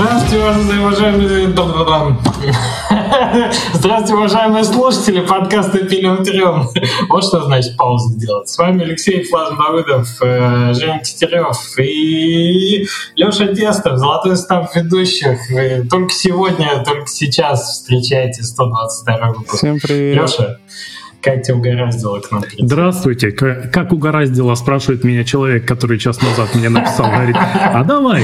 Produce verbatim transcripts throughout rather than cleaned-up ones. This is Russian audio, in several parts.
Здравствуйте, уважаемые... Здравствуйте, уважаемые слушатели подкаста «Пилим трем». Вот что значит паузу делать. С вами Алексей Флазм-Давыдов, Женя Кистерёв и Лёша Тестов, золотой став ведущих. Только сегодня, только сейчас встречаете сто двадцать второй выпуск. Всем привет. Лёша, как тебя угораздило к нам прийти? Здравствуйте. Как угораздило, спрашивает меня человек, который час назад мне написал, говорит, а давай.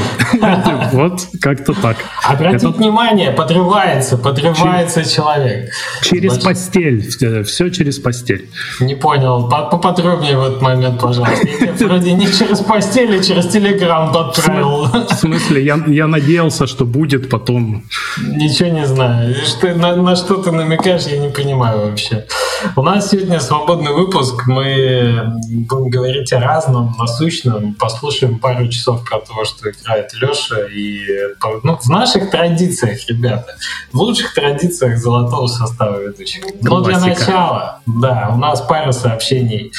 Вот как-то так. Обратите внимание, подрывается, подрывается человек. Через постель. Все через постель. Не понял. Поподробнее в этот момент, пожалуйста. Я вроде не через постель, а через Телеграм отправил. В смысле? Я, я надеялся, что будет потом. Ничего не знаю. Что, на, на что ты намекаешь, я не понимаю вообще. У нас сегодня свободный выпуск. Мы будем говорить о разном, насущном. Послушаем пару часов про то, что играет Лёша. И ну, в наших традициях, ребята, в лучших традициях золотого состава ведущих. Но для начала, да, у нас пара сообщений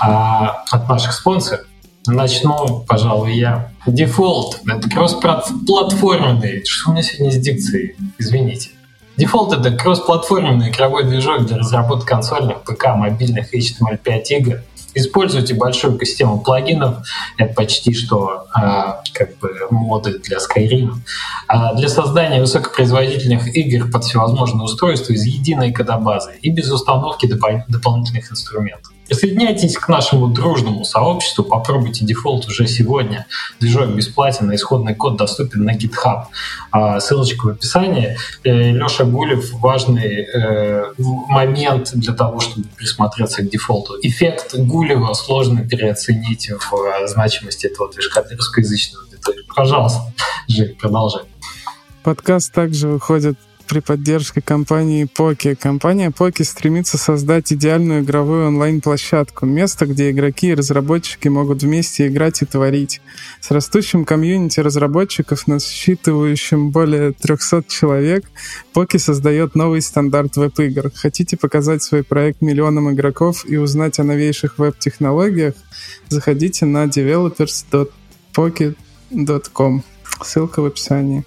а, от наших спонсоров. Начну, пожалуй, я. Default — это кроссплатформенный. Что у меня сегодня с дикцией? Извините. Default — это кроссплатформенный игровой движок для разработки консольных, ПК, мобильных эйч ти эм эль пять игр. Используйте большую систему плагинов, это почти что э, как бы моды для Skyrim, э, для создания высокопроизводительных игр под всевозможные устройства из единой кодобазы и без установки доп- дополнительных инструментов. Присоединяйтесь к нашему дружному сообществу, попробуйте Default уже сегодня. Движок бесплатен, исходный код доступен на GitHub. Ссылочка в описании. Лёша Гулев — важный э, момент для того, чтобы присмотреться к дефолту. Эффект Гулева сложно переоценить в значимости этого движка для русскоязычной аудитории. Пожалуйста, Жень, продолжай. Подкаст также выходит при поддержке компании Poki. Компания Poki стремится создать идеальную игровую онлайн-площадку, место, где игроки и разработчики могут вместе играть и творить. С растущим комьюнити разработчиков, насчитывающим более триста человек, Poki создает новый стандарт веб-игр. Хотите показать свой проект миллионам игроков и узнать о новейших веб-технологиях? Заходите на девелоперс точка поки точка ком. Ссылка в описании.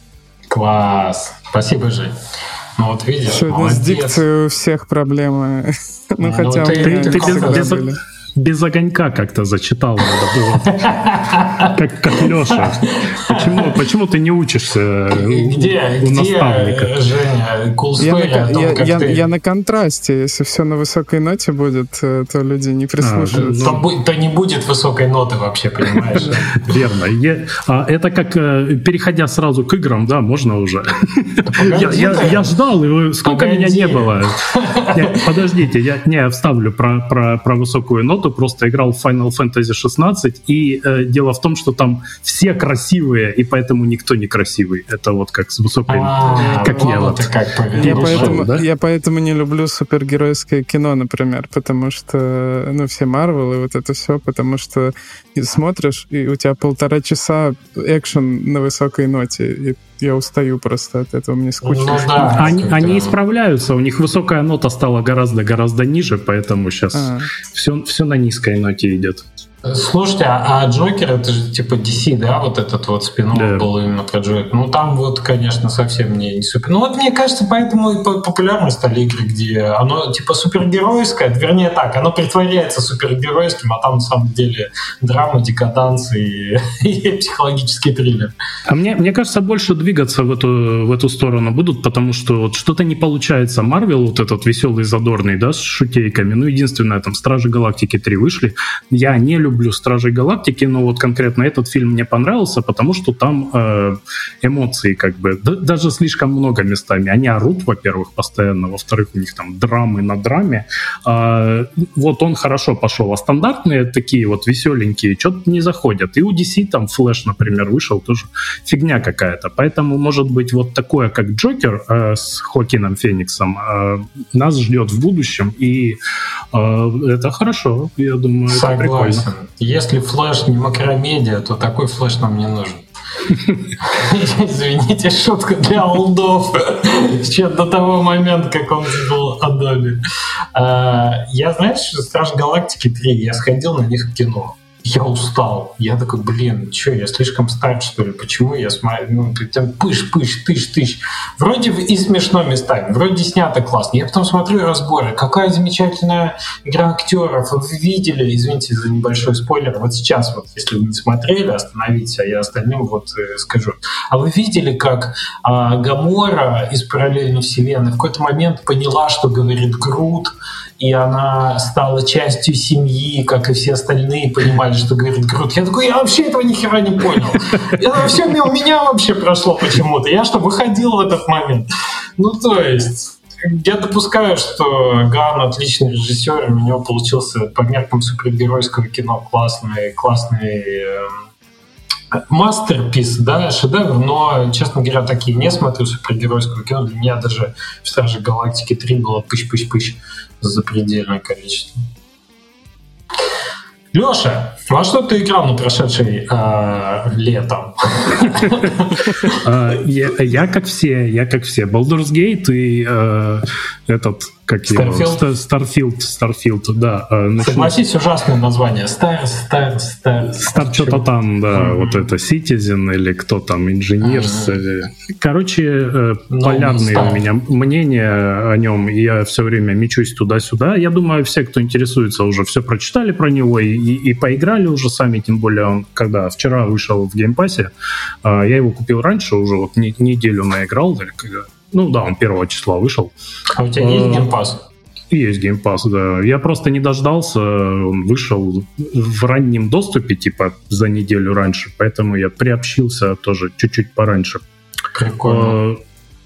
Класс! Спасибо, Жень. Ну вот видишь, сегодня молодец. С дикцией у всех проблемы. Ну, хотя ты, у меня ты, ты всегда без, были. Без огонька как-то зачитал, надо было. Как, как Лёша. Почему, почему ты не учишься где, у, у где, наставника? Женя, cool story я, на, о том, я, как я, ты... я на контрасте. Если все на высокой ноте будет, то люди не прислушаются. А, то, то не будет высокой ноты вообще, понимаешь? Верно. Я, а, это как, переходя сразу к играм, да, можно уже. Я, я, я ждал, и сколько Погоди. меня не было. Я, подождите, я не вставлю про, про, про высокую ноту. Просто играл в Final Fantasy шестнадцать, и э, дело в том, что там все красивые, и поэтому никто не красивый. Это вот как с высокой... А, как я вот. Я поэтому, да? я поэтому не люблю супергеройское кино, например, потому что, ну, все Марвел и вот это все, потому что смотришь, и у тебя полтора часа экшен на высокой ноте, и я устаю просто от этого, мне скучно. Ну, да, они, они исправляются, у них высокая нота стала гораздо-гораздо ниже, поэтому сейчас а. все, все на низкой ноте идет. Слушайте, а, а Джокер — это же типа ди си, да, вот этот вот спин-офф да. был именно про Джокер. Ну там вот, конечно, совсем не, не супер. Ну вот мне кажется, поэтому и популярны стали игры, где оно типа супергеройское, вернее так, оно притворяется супергеройским, а там на самом деле драма, декаданс и, и психологический триллер. А мне, мне кажется, больше двигаться в эту, в эту сторону будут, потому что вот что-то не получается. Марвел, вот этот веселый, задорный, да, с шутейками, ну единственное, там Стражи Галактики три вышли. Я не люблю люблю «Стражей Галактики», но вот конкретно этот фильм мне понравился, потому что там э, эмоции как бы, да, даже слишком много местами. Они орут, во-первых, постоянно, во-вторых, у них там драмы на драме. Э, вот он хорошо пошел, а стандартные такие вот веселенькие что-то не заходят. И у ди си там Флэш, например, вышел, тоже фигня какая-то. Поэтому, может быть, вот такое, как Джокер э, с Хоакином Фениксом, э, нас ждет в будущем, и э, это хорошо, я думаю, Согласен. Это прикольно. Если Флэш не макромедиа, то такой Флэш нам не нужен. Извините, шутка для олдов. Еще до того момента, как он был Adobe. Я, знаешь, «Страж Галактики три», я сходил на них в кино. Я устал. Я такой, блин, что, я слишком стар, что ли? Почему я смотрю? Ну, там пыш, пыш, тыш, тыш. Вроде и смешно местами, вроде снято классно. Я потом смотрю разборы. Какая замечательная игра актеров. Вы видели, извините за небольшой спойлер, вот сейчас, вот, если вы не смотрели, остановитесь, а я остальным вот э, скажу. А вы видели, как а, Гамора из параллельной вселенной в какой-то момент поняла, что говорит Грут, и она стала частью семьи, как и все остальные понимали, что говорит Грут. Я такой, я вообще этого ни хера не понял. Это все у меня вообще прошло почему-то. Я что, выходил в этот момент? Ну, то есть, я допускаю, что Ган отличный режиссер, и у него получился по меркам супергеройского кино классный, классный мастерпис, да, шедевр, но, честно говоря, такие не смотрю супергеройского кино. Для меня даже в «Страже Галактики три» было пыщ-пыщ-пыщ запредельное количество. Лёша, во что ты играл на прошедшей э, летом? Я как все, я как все. Baldur's Gate и этот, как его? Starfield, Starfield, да. Согласись, ужасное название. Star, Star, Star. Star что-то там, да, вот это Citizen или кто там, Engineers. Короче, полярные у меня мнения о нем, и я все время мечусь туда-сюда. Я думаю, все, кто интересуется, уже все прочитали про него и, и, и поиграли уже сами, тем более он, когда вчера вышел в геймпассе, я его купил раньше, уже вот неделю наиграл, ну да, он первого числа вышел. А у тебя есть геймпасс? Есть геймпасс, да. Я просто не дождался, он вышел в раннем доступе, типа за неделю раньше, поэтому я приобщился тоже чуть-чуть пораньше. Прикольно.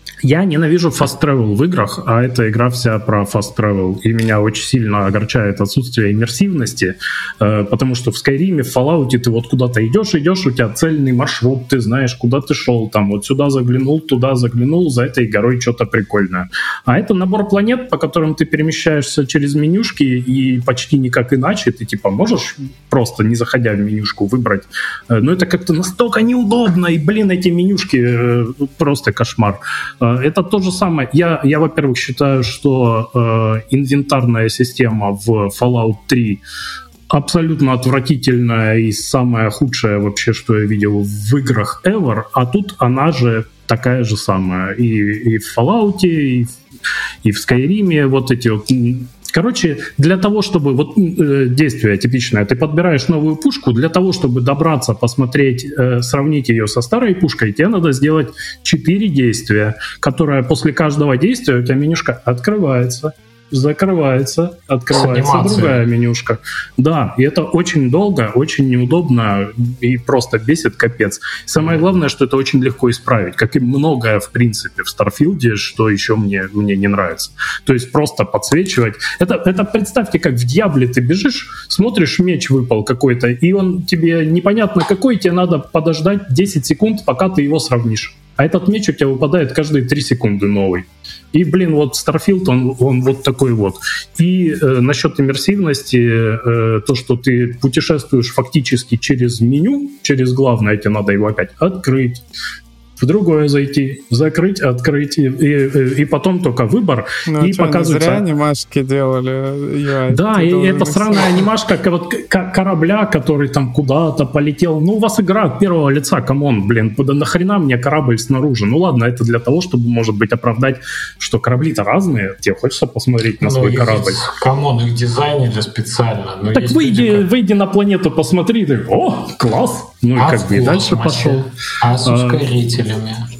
Я ненавижу fast travel в играх, а эта игра вся про fast travel, и меня очень сильно огорчает отсутствие иммерсивности, потому что в Skyrim, в Fallout ты вот куда-то идешь, идешь, у тебя цельный маршрут, ты знаешь, куда ты шел, там вот сюда заглянул, туда заглянул, за этой горой что-то прикольное. А это набор планет, по которым ты перемещаешься через менюшки, и почти никак иначе, ты типа можешь просто, не заходя в менюшку, выбрать, но это как-то настолько неудобно, и, блин, эти менюшки просто кошмар. Это то же самое. Я, я во-первых, считаю, что э, инвентарная система в Fallout три абсолютно отвратительная и самая худшая вообще, что я видел в играх ever, а тут она же такая же самая. И, и в Fallout, и, и в Skyrim вот эти вот... Короче, для того, чтобы... Вот э, действие типичное. Ты подбираешь новую пушку, для того, чтобы добраться, посмотреть, э, сравнить ее со старой пушкой, тебе надо сделать четыре действия, которые после каждого действия у тебя менюшка открывается, закрывается, открывается другая менюшка. Да, и это очень долго, очень неудобно и просто бесит капец. Самое главное, что это очень легко исправить, как и многое, в принципе, в Старфилде, что еще мне, мне не нравится. То есть просто подсвечивать. Это, это представьте, как в Диабле ты бежишь, смотришь, меч выпал какой-то, и он тебе непонятно какой, тебе надо подождать десять секунд, пока ты его сравнишь. А этот меч у тебя выпадает каждые три секунды новый. И, блин, вот Starfield, он, он вот такой вот. И э, насчет иммерсивности, э, то, что ты путешествуешь фактически через меню, через главное, тебе надо его опять открыть, в другое зайти, закрыть, открыть, и, и, и потом только выбор. Ну, и что, показывается... зря анимашки делали. Я, да, и это сраная анимашка вот, корабля, который там куда-то полетел. Ну, у вас игра от первого лица, камон, блин, да нахрена мне корабль снаружи? Ну ладно, это для того, чтобы, может быть, оправдать, что корабли-то разные. Тебе хочется посмотреть на ну, свой корабль? Камон, их дизайнили специально. Но так выйди, люди, как... выйди на планету, посмотри, ты, о, класс! Ну и а как бы и дальше пошел. А с ускорителем?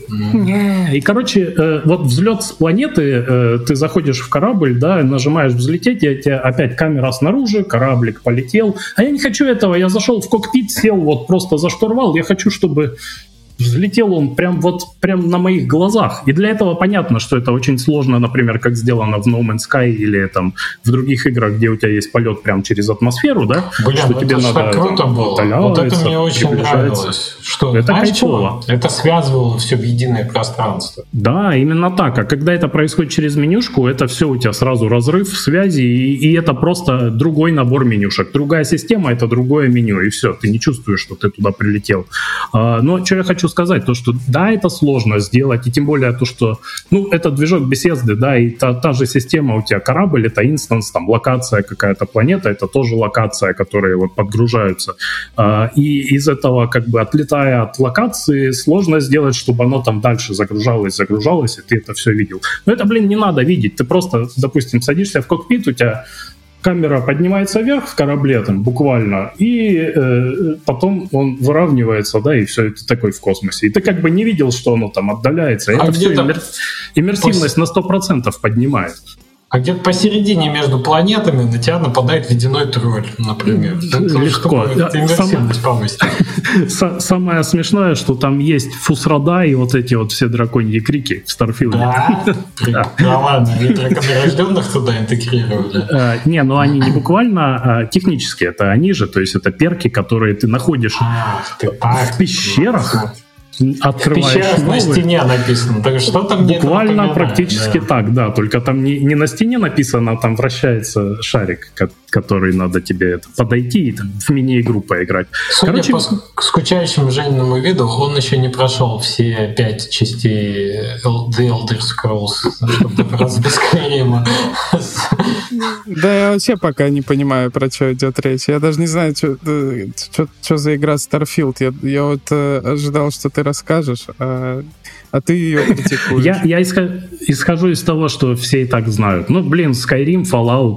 Mm. И, короче, вот взлет с планеты, ты заходишь в корабль, да, нажимаешь взлететь, и у тебя опять камера снаружи, кораблик полетел. А я не хочу этого, я зашел в кокпит, сел вот просто за штурвал, я хочу, чтобы взлетел он прям вот прям на моих глазах. И для этого понятно, что это очень сложно, например, как сделано в No Man's Sky или там в других играх, где у тебя есть полет прям через атмосферу, да? Блин, что тебе надо так круто было. Вот это мне очень нравилось. Что, это кайфово. Это связывало все в единое пространство. Да, именно так. А когда это происходит через менюшку, это все у тебя сразу разрыв связи, и, и это просто другой набор менюшек. Другая система — это другое меню, и все. Ты не чувствуешь, что ты туда прилетел. А, но что я хочу сказать, то, что да, это сложно сделать, и тем более то, что, ну, это движок Bethesda, да, и та, та же система у тебя корабль, это инстанс, там, локация какая-то, планета, это тоже локация, которые вот подгружаются. И из этого, как бы, отлетая от локации, сложно сделать, чтобы оно там дальше загружалось, загружалось, и ты это все видел. Но это, блин, не надо видеть, ты просто, допустим, садишься в кокпит, у тебя камера поднимается вверх в корабле, там, буквально, и э, потом он выравнивается, да, и все, это такой в космосе. И ты как бы не видел, что оно там отдаляется. А это все иммер... иммерсивность пос... на сто процентов поднимает. А где-то посередине между планетами на тебя нападает ледяной тролль, например. Легко. Иммерсивность повысить. Самое смешное, что там есть фусрада и вот эти вот все драконьи крики в Старфилде. Да? Да ладно, они драконорожденных туда интегрировали. Не, ну они не буквально технически, это они же, то есть это перки, которые ты находишь в пещерах. Открываешь новый, на стене написано. Так что там буквально практически да. так, да. Только там не, не на стене написано, а там вращается шарик, который надо тебе это, подойти и там, в мини-игру поиграть. Судя Короче, по скучающему Жениному виду, он еще не прошел все пять частей The Elder Scrolls, чтобы добраться до Skyrim. Да, я вообще пока не понимаю, про что идет речь. Я даже не знаю, что за игра Starfield. Я, я вот э, ожидал, что ты расскажешь, а, а ты ее критикуешь. Я, я исхожу из того, что все и так знают. Ну, блин, Skyrim, Fallout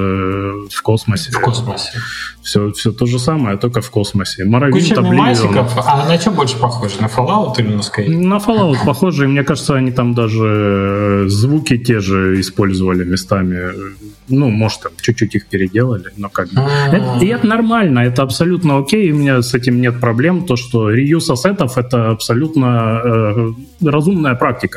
э, в космосе. В космосе. Все, все то же самое, только в космосе. Morrowind, Куча мемасиков. А на что больше похоже? На Fallout или на Skyrim? На Fallout похоже. И мне кажется, они там даже звуки те же использовали местами. Ну, может, там чуть-чуть их переделали, но как бы... Это, и это нормально, это абсолютно окей, у меня с этим нет проблем. То, что реюз ассетов — это абсолютно э, разумная практика.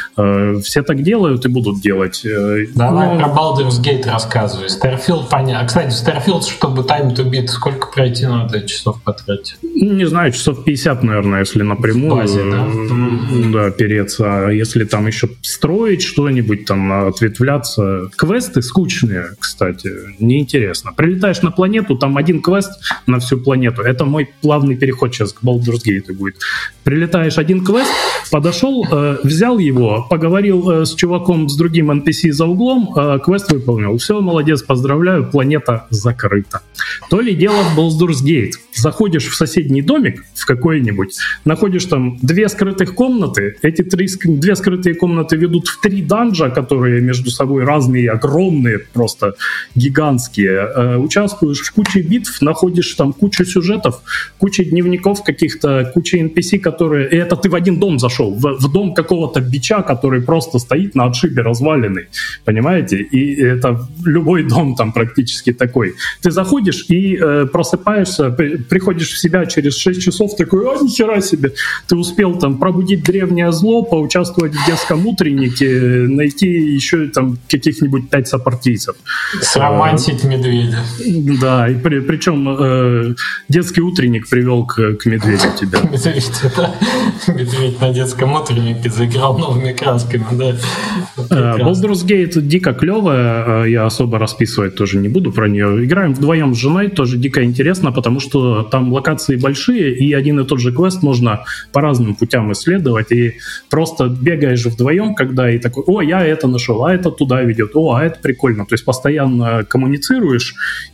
Э, все так делают и будут делать. Давай но... про Baldur's Gate рассказывай. Starfield, понятно. Кстати, Starfield, чтобы time to beat, сколько пройти надо, часов потратить? Не знаю, часов пятьдесят, наверное, если напрямую. В базе, да? Mm-hmm. Да, переться. А если там еще строить что-нибудь, там, ответвляться. Квесты скучные, кстати, неинтересно. Прилетаешь на планету, там один квест на всю планету. Это мой плавный переход сейчас к Baldur's Gate будет. Прилетаешь один квест, подошел, э, взял его, поговорил э, с чуваком, с другим эн пи си за углом, э, квест выполнил. Все, молодец, поздравляю, планета закрыта. То ли дело в Baldur's Gate. Заходишь в соседний домик, в какой-нибудь, находишь там две скрытых комнаты. Эти три, две скрытые комнаты ведут в три данжа, которые между собой разные, огромные, просто гигантские. Э, участвуешь в куче битв, находишь там кучу сюжетов, кучу дневников каких-то, куча эн пи си, которые... И это ты в один дом зашел, в, в дом какого-то бича, который просто стоит на отшибе разваленный. Понимаете? И это любой дом там практически такой. Ты заходишь и э, просыпаешься, при, приходишь в себя через шесть часов, такой, а, нихера себе! Ты успел там пробудить древнее зло, поучаствовать в детском утреннике, найти еще там каких-нибудь пять сопартийцев. Сромантить а, медведя. Да, и при, причем э, детский утренник привел к, к медведю тебя. Медведь, да. Медведь на детском утреннике заиграл новыми красками, да. Baldur's Gate дико клевая, я особо расписывать тоже не буду про нее. Играем вдвоем с женой, тоже дико интересно, потому что там локации большие, и один и тот же квест можно по разным путям исследовать, и просто бегаешь вдвоем, когда и такой, о, я это нашел, а это туда ведет, о, а это прикольно. То есть постоянно коммуницируешь,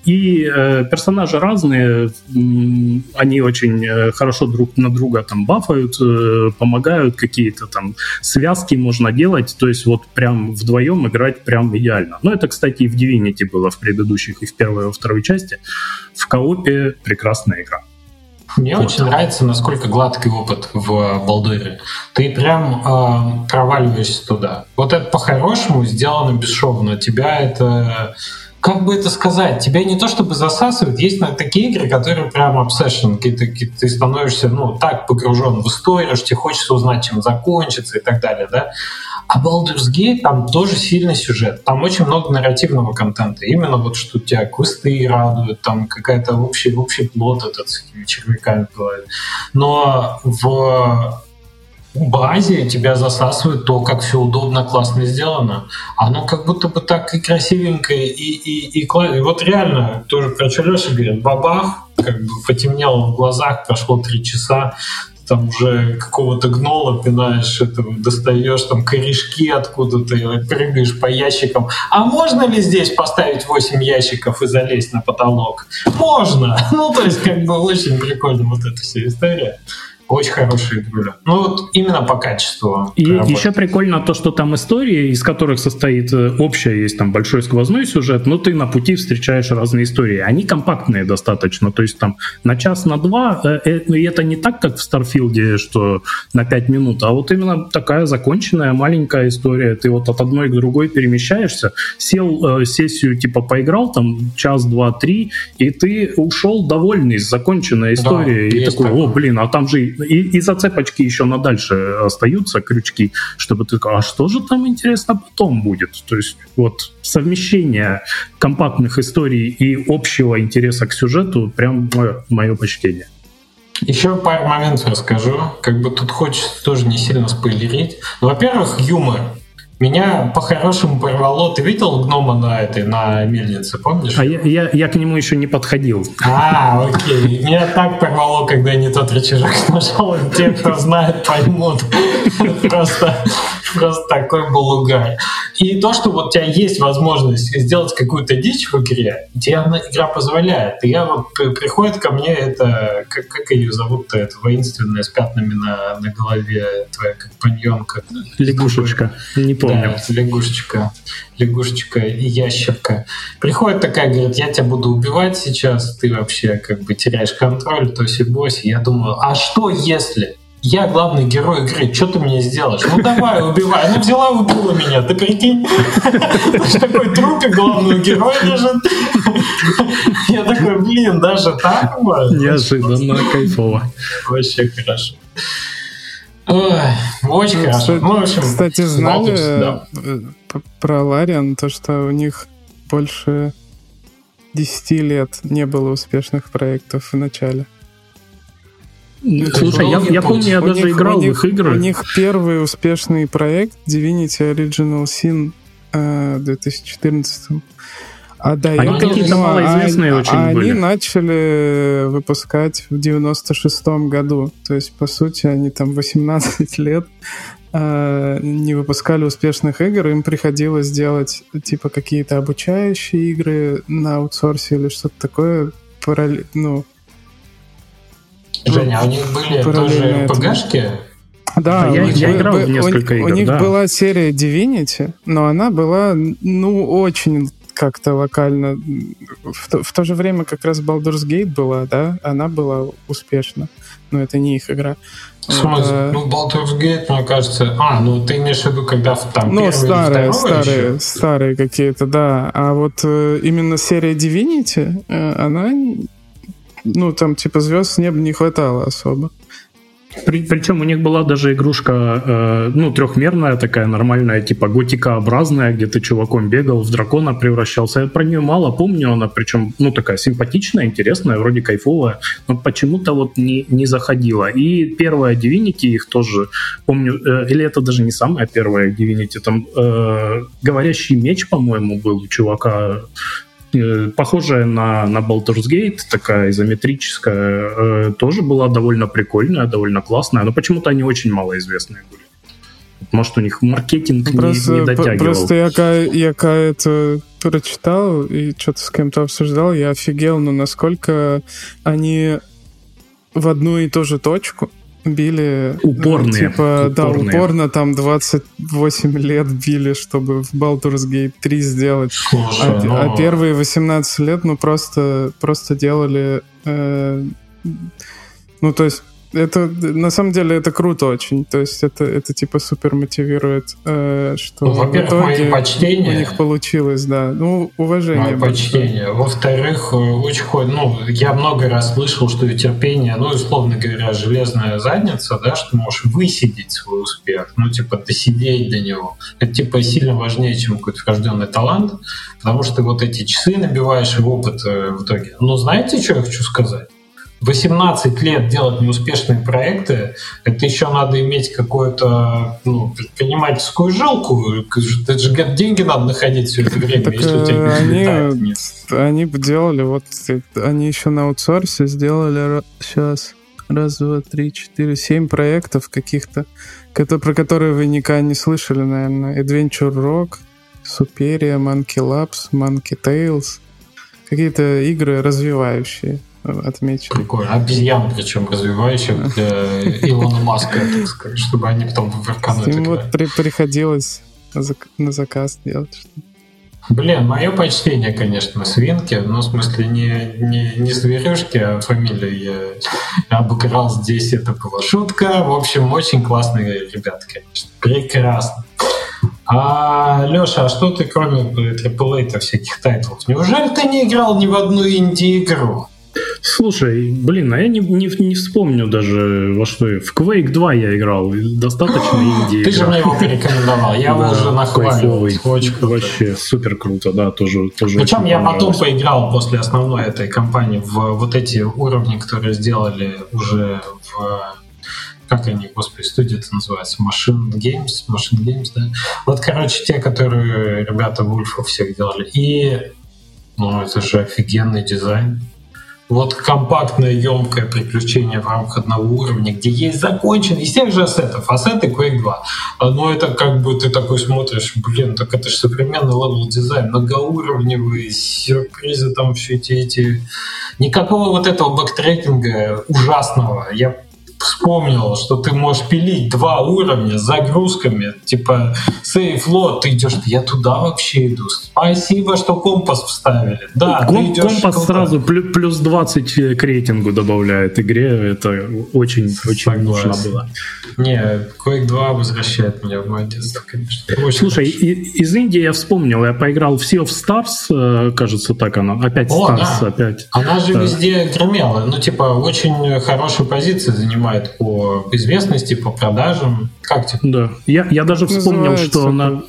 и э, персонажи разные, м- они очень э, хорошо друг на друга там бафают, э, помогают, какие-то там связки можно делать, то есть вот прям вдвоем играть прям идеально. Но это, кстати, и в Divinity было в предыдущих, и в первой, и во второй части. В коопе прекрасная игра. Мне вот. Очень нравится, насколько гладкий опыт в Балдуре. Ты прям э, проваливаешься туда. Вот это по-хорошему сделано бесшовно. Тебя это... Как бы это сказать? Тебя не то чтобы засасывает. Есть такие игры, которые прям obsession. Ты, ты становишься ну, так погружен в историю, что тебе хочется узнать, чем закончится и так далее. Да? А Baldur's Gate, там тоже сильный сюжет. Там очень много нарративного контента. Именно вот что тебя квесты радуют, там какая-то общий, общий плот этот с этими червяками бывает. Но в базе тебя засасывает то, как все удобно, классно сделано. Оно как будто бы так и красивенькое, и, и, и, и вот реально, тоже про что Леша говорит, бабах, как бы потемнело в глазах, прошло три часа, там уже какого-то гнола пинаешь, этого, достаешь там корешки откуда-то и прыгаешь по ящикам. А можно ли здесь поставить восемь ящиков и залезть на потолок? Можно! Ну, то есть, как бы очень прикольно вот эта вся история. Очень хорошие игры. Ну вот именно по качеству. И работы. Еще прикольно то, что там истории, из которых состоит общая, есть там большой сквозной сюжет, но ты на пути встречаешь разные истории. Они компактные достаточно, то есть там на час, на два, и это не так, как в Старфилде, что на пять минут, а вот именно такая законченная маленькая история. Ты вот от одной к другой перемещаешься, сел э, сессию типа поиграл, там час, два, три, и ты ушел довольный с законченной историей. Да, и такой, такое. О, блин, а там же И, и зацепочки еще на дальше остаются, крючки, чтобы ты сказал, а что же там, интересно, потом будет? То есть вот совмещение компактных историй и общего интереса к сюжету прям мое, мое почтение. Еще пару моментов расскажу. Как бы тут хочется тоже не сильно спойлерить. Во-первых, юмор. Меня по-хорошему порвало. Ты видел гнома на этой, на мельнице, помнишь? А я, я, я к нему еще не подходил. А, окей. Меня так порвало, когда я не тот рычажок нажал. Те, кто знает, поймут. Просто, просто такой был угар. И то, что вот у тебя есть возможность сделать какую-то дичь в игре, тебе игра позволяет. И я вот приходит ко мне это, как, как ее зовут-то, это воинственная с пятнами на, на голове, твоя компаньонка. Лягушечка. Не помню. Да, лягушечка, лягушечка и ящерка. Приходит такая, говорит, я тебя буду убивать сейчас, ты вообще как бы теряешь контроль, тоси-боси. Я думаю, а что если я главный герой игры, что ты мне сделаешь? Ну давай, убивай. Она взяла, убила меня, ты прикинь? Такой трупик главного героя лежит. Я такой, блин, даже так можно? Неожиданно, кайфово. Вообще хорошо. Ой, очень ну, хорошо. Кстати, ну, в общем, кстати знали да. про Лариан, то, что у них больше десяти лет не было успешных проектов в начале. Слушай, я, я помню, я у даже них, играл в их игры. У них первый успешный проект Divinity Original Sin э, в две тысячи четырнадцатом. А до они этого, какие-то ну, малоизвестные а, очень а были. Они начали выпускать в девяносто шестом году. То есть, по сути, они там восемнадцать лет э, не выпускали успешных игр. Им приходилось делать типа какие-то обучающие игры на аутсорсе или что-то такое. Параллель, ну, Женя, а у них были тоже ПГшки? Да, я, них, я играл у, в несколько у, игр. У них да. была серия Divinity, но она была, ну, очень как-то локально. В то, в то же время как раз Baldur's Gate была, да, она была успешна, но это не их игра. В смысле? Это... Ну, Baldur's Gate, мне кажется... А, ну ты имеешь в виду, когда там ну, первые старые, или старые, еще? старые какие-то, да. А вот э, именно серия Divinity, э, она... Ну, там, типа, звезд с неба не хватало особо. При, причем у них была даже игрушка, э, ну, трехмерная такая, нормальная, типа готикообразная, где ты чуваком бегал, в дракона превращался. Я про нее мало помню, она причем, ну, такая симпатичная, интересная, вроде кайфовая, но почему-то вот не, не заходила. И первая Divinity, их тоже помню, э, или это даже не самая первая Divinity, там э, говорящий меч, по-моему, был у чувака, похожая на, на Baldur's Gate, такая изометрическая, э, тоже была довольно прикольная, довольно классная, но почему-то они очень малоизвестные были. Может, у них маркетинг просто, не, не дотягивал. Просто я, я это прочитал и что-то с кем-то обсуждал, я офигел, но насколько они в одну и ту же точку били. Упорные. Ну, типа, упорные. Да, упорно там двадцать восемь лет били, чтобы в Baldur's Gate три сделать. Слушай, а, ну... а первые восемнадцать лет, ну, просто, просто делали... Э, ну, то есть, это, на самом деле, это круто очень. То есть, это, это типа, супер мотивирует, э, что ну, во-первых, в итоге мои почтения. У них получилось, да. Ну, уважение. Мое почтение. Во-вторых, очень ну, я много раз слышал, что и терпение, ну, условно говоря, железная задница, да, что можешь высидеть свой успех, ну, типа, досидеть до него. Это, типа, сильно важнее, чем какой-то врожденный талант, потому что ты вот эти часы набиваешь и опыт в итоге. Но знаете, что я хочу сказать? восемнадцать лет делать неуспешные проекты, это еще надо иметь какую-то, ну, предпринимательскую жилку. Это же деньги надо находить все это время, так, если у тебя не летает. Они бы делали, вот они еще на аутсорсе сделали сейчас раз, два, три, четыре, семь проектов каких-то, про которые вы никогда не слышали, наверное. Adventure Rock, Superia, Monkey Labs, Monkey Tales. Какие-то игры развивающие отмечены. Прикольно. Обезьян, причем развивающих для Илона Маска, так сказать, чтобы они потом в Варкану им вот при- приходилось на заказ делать что-то. Блин, мое почтение, конечно, свинки, но в смысле не, не, не зверюшки, а фамилию я обыграл здесь, это была шутка. В общем, очень классные ребята, конечно. Прекрасно. А, Лёша, а что ты кроме трипл эй-то всяких тайтлов? Неужели ты не играл ни в одну инди-игру? Слушай, блин, а я не, не, не вспомню даже во что. В Quake два я играл, достаточно инди. Ты же мне его порекомендовал, я его уже нахваливал. Вообще супер круто, да, тоже. тоже Причем я потом поиграл после основной этой кампании в вот эти уровни, которые сделали уже в... Как они, господи, студия-то называется? Machine Games? Machine Games, да? Вот, короче, те, которые ребята Вульфов всех делали. И, ну, это же офигенный дизайн. Вот компактное, емкое приключение в рамках одного уровня, где есть законченный из тех же ассетов, ассеты Quake два. Но это как бы ты такой смотришь, блин, так это же современный левел-дизайн, многоуровневые сюрпризы, там все эти, эти... Никакого вот этого бэктрекинга ужасного. Я вспомнил, что ты можешь пилить два уровня с загрузками, типа сейф лот, ты идешь, я туда вообще иду. Спасибо, что компас вставили. Да, Ком- ты идешь компас туда. Сразу плюс двадцать к рейтингу добавляет игре, это очень, очень нужно было. Не, Quake два возвращает меня в мое детство, конечно. Очень Слушай, и, из Индии я вспомнил, я поиграл в Sea of Stars, кажется, так она, опять О, Stars, да. опять. Она же Да. везде гремела, ну типа очень хорошие позиции занимает по известности, по продажам. Как тебе? Да, я, я даже вспомнил, Называется что на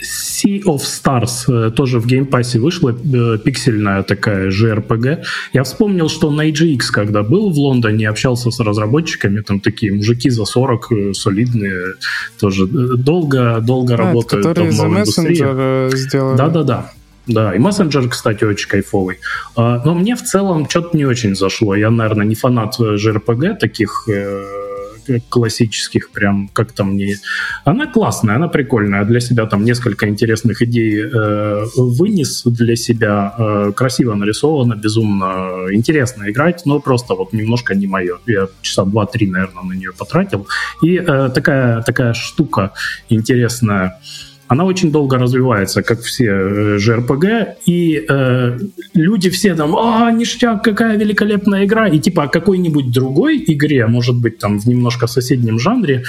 Sea of Stars э, тоже в геймпассе вышла э, пиксельная такая джей ар пи джи. Я вспомнил, что на ай джи икс, когда был в Лондоне, общался с разработчиками, там такие мужики за сорок, э, солидные, тоже э, долго, долго А, работают которые давно за в индустрии. Messenger сделали. Да-да-да. Да, и мессенджер, кстати, очень кайфовый. А, но мне в целом что-то не очень зашло. Я, наверное, не фанат джей ар пи джи таких э, классических, прям как-то мне... Она классная, она прикольная. Для себя там несколько интересных идей э, вынес для себя. Э, красиво нарисовано, безумно интересно играть, но просто вот немножко не мое. Я часа два-три, наверное, на нее потратил. И э, такая, такая штука интересная. Она очень долго развивается, как все джей ар пи джи, и э, люди все там, а, ништяк, какая великолепная игра, и типа о какой-нибудь другой игре, может быть, там в немножко соседнем жанре,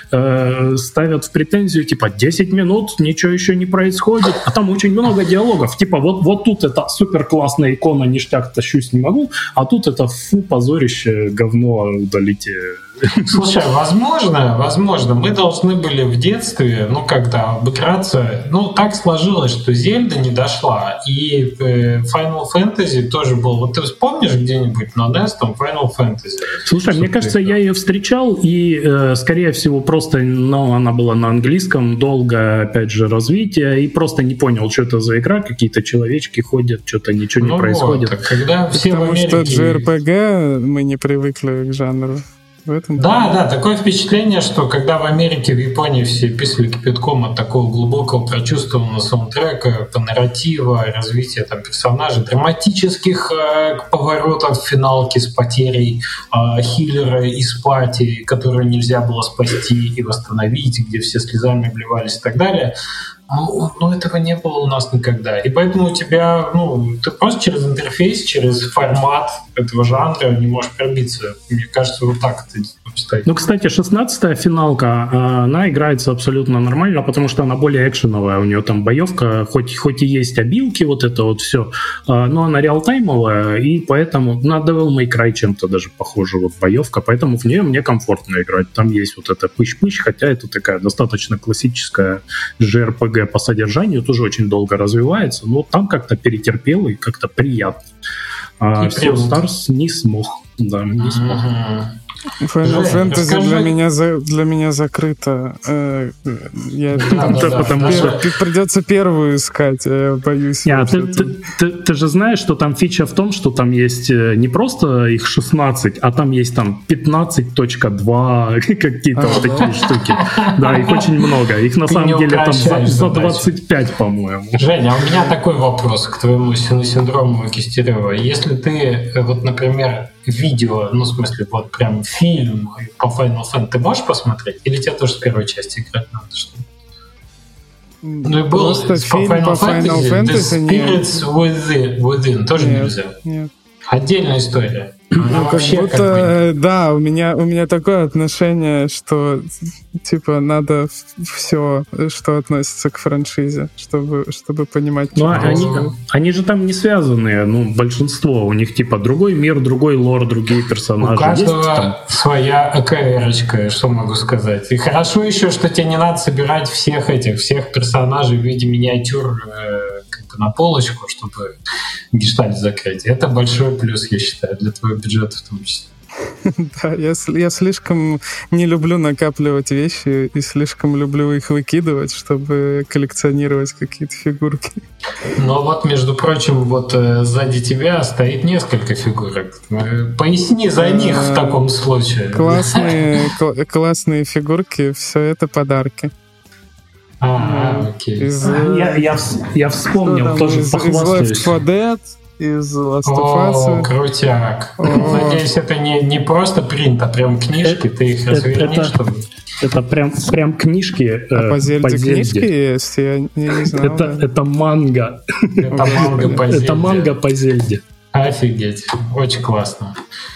э, ставят в претензию, типа, десять минут, ничего еще не происходит, а там очень много диалогов, типа, вот, вот тут это супер классная икона, ништяк, тащусь не могу, а тут это, фу, позорище, говно, удалите. Слушай, возможно, возможно, мы должны были в детстве, ну, когда обыграться, ну, так сложилось, что Зельда не дошла, и Final Fantasy тоже был. Вот ты вспомнишь где-нибудь на ди эс там Final Fantasy? Слушай, мне кажется, я ее встречал, и, э, скорее всего, просто, ну, она была на английском, долго, опять же, развитие, и просто не понял, что это за игра, какие-то человечки ходят, что-то ничего ну не происходит. Вот, когда все Потому в Америке... что джей ар пи джи мы не привыкли к жанру. В этом да, да, такое впечатление, что когда в Америке, в Японии все писали кипятком от такого глубокого прочувствованного саундтрека, нарратива, развития там, персонажей, драматических э, поворотов в финалке с потерей э, хиллера из пати, которую нельзя было спасти и восстановить, где все слезами обливались и так далее. Ну, ну, этого не было у нас никогда. И поэтому у тебя, ну, ты просто через интерфейс, через формат этого жанра не можешь пробиться. Мне кажется, вот так это стоит. Ну, кстати, шестнадцатая финалка, она играется абсолютно нормально, потому что она более экшеновая. У нее там боевка, хоть, хоть и есть обилки, вот это вот все, но она реалтаймовая, и поэтому на Devil May Cry чем-то даже похожа вот боевка, поэтому в нее мне комфортно играть. Там есть вот это пыщ-пыщ, хотя это такая достаточно классическая джей ар пи джи по содержанию, тоже очень долго развивается, но там как-то перетерпел и как-то приятно. А Sea of Stars не смог. Да, не смог. Mm-hmm. Final Fantasy для меня, за, для меня закрыто. Э, я, да, да, да, потому да. что... Придется первую искать, я боюсь. А, ты, ты, ты, ты же знаешь, что там фича в том, что там есть не просто их шестнадцать, а там есть там пятнадцать точка два, какие-то вот такие штуки. Да, их очень много. Их на самом деле там за двадцать пять, по-моему. Женя, а у меня такой вопрос к твоему синдрому Кистерева. Если ты, вот, например, видео, ну, в смысле, вот прям фильм по Final Fantasy, ты можешь посмотреть? Или тебе тоже с первой части играть надо, что ли? Ну, и был Просто фильм по Final Fantasy, The Spirits Within, Within тоже нет, нельзя. Нет. Отдельная история. Она Ну, как вообще будто, как бы... да, у меня, у меня такое отношение, что, типа, надо все, что относится к франшизе, чтобы, чтобы понимать, Ну, что они, они же там не связаны, ну, большинство. У них, типа, другой мир, другой лор, другие персонажи. У каждого есть там? своя АКРочка, что могу сказать. И хорошо еще, что тебе не надо собирать всех этих, всех персонажей в виде миниатюр э, как бы на полочку, чтобы гештальт закрыть. Это большой плюс, я считаю, для твоего бюджета в том числе. Да, я, я слишком не люблю накапливать вещи и слишком люблю их выкидывать, чтобы коллекционировать какие-то фигурки. Но вот, между прочим, вот э, сзади тебя стоит несколько фигурок. Э, поясни за них в таком случае. Классные, кл- классные фигурки, все это подарки. А, окей. Из, Я, я, я вспомнил, там, тоже из, похвастаюсь. Из Left four Dead, из Last of Us. О, крутяк. О. Надеюсь, это не, не просто принт, а прям книжки, ты их разверни, это, чтобы... Это прям, прям книжки. А э, по Зельде по Зельде. книжки есть? Я не, не знал. Это, да. это манга. Это манга по Зельде. Это манга по Зельде. Офигеть, очень классно.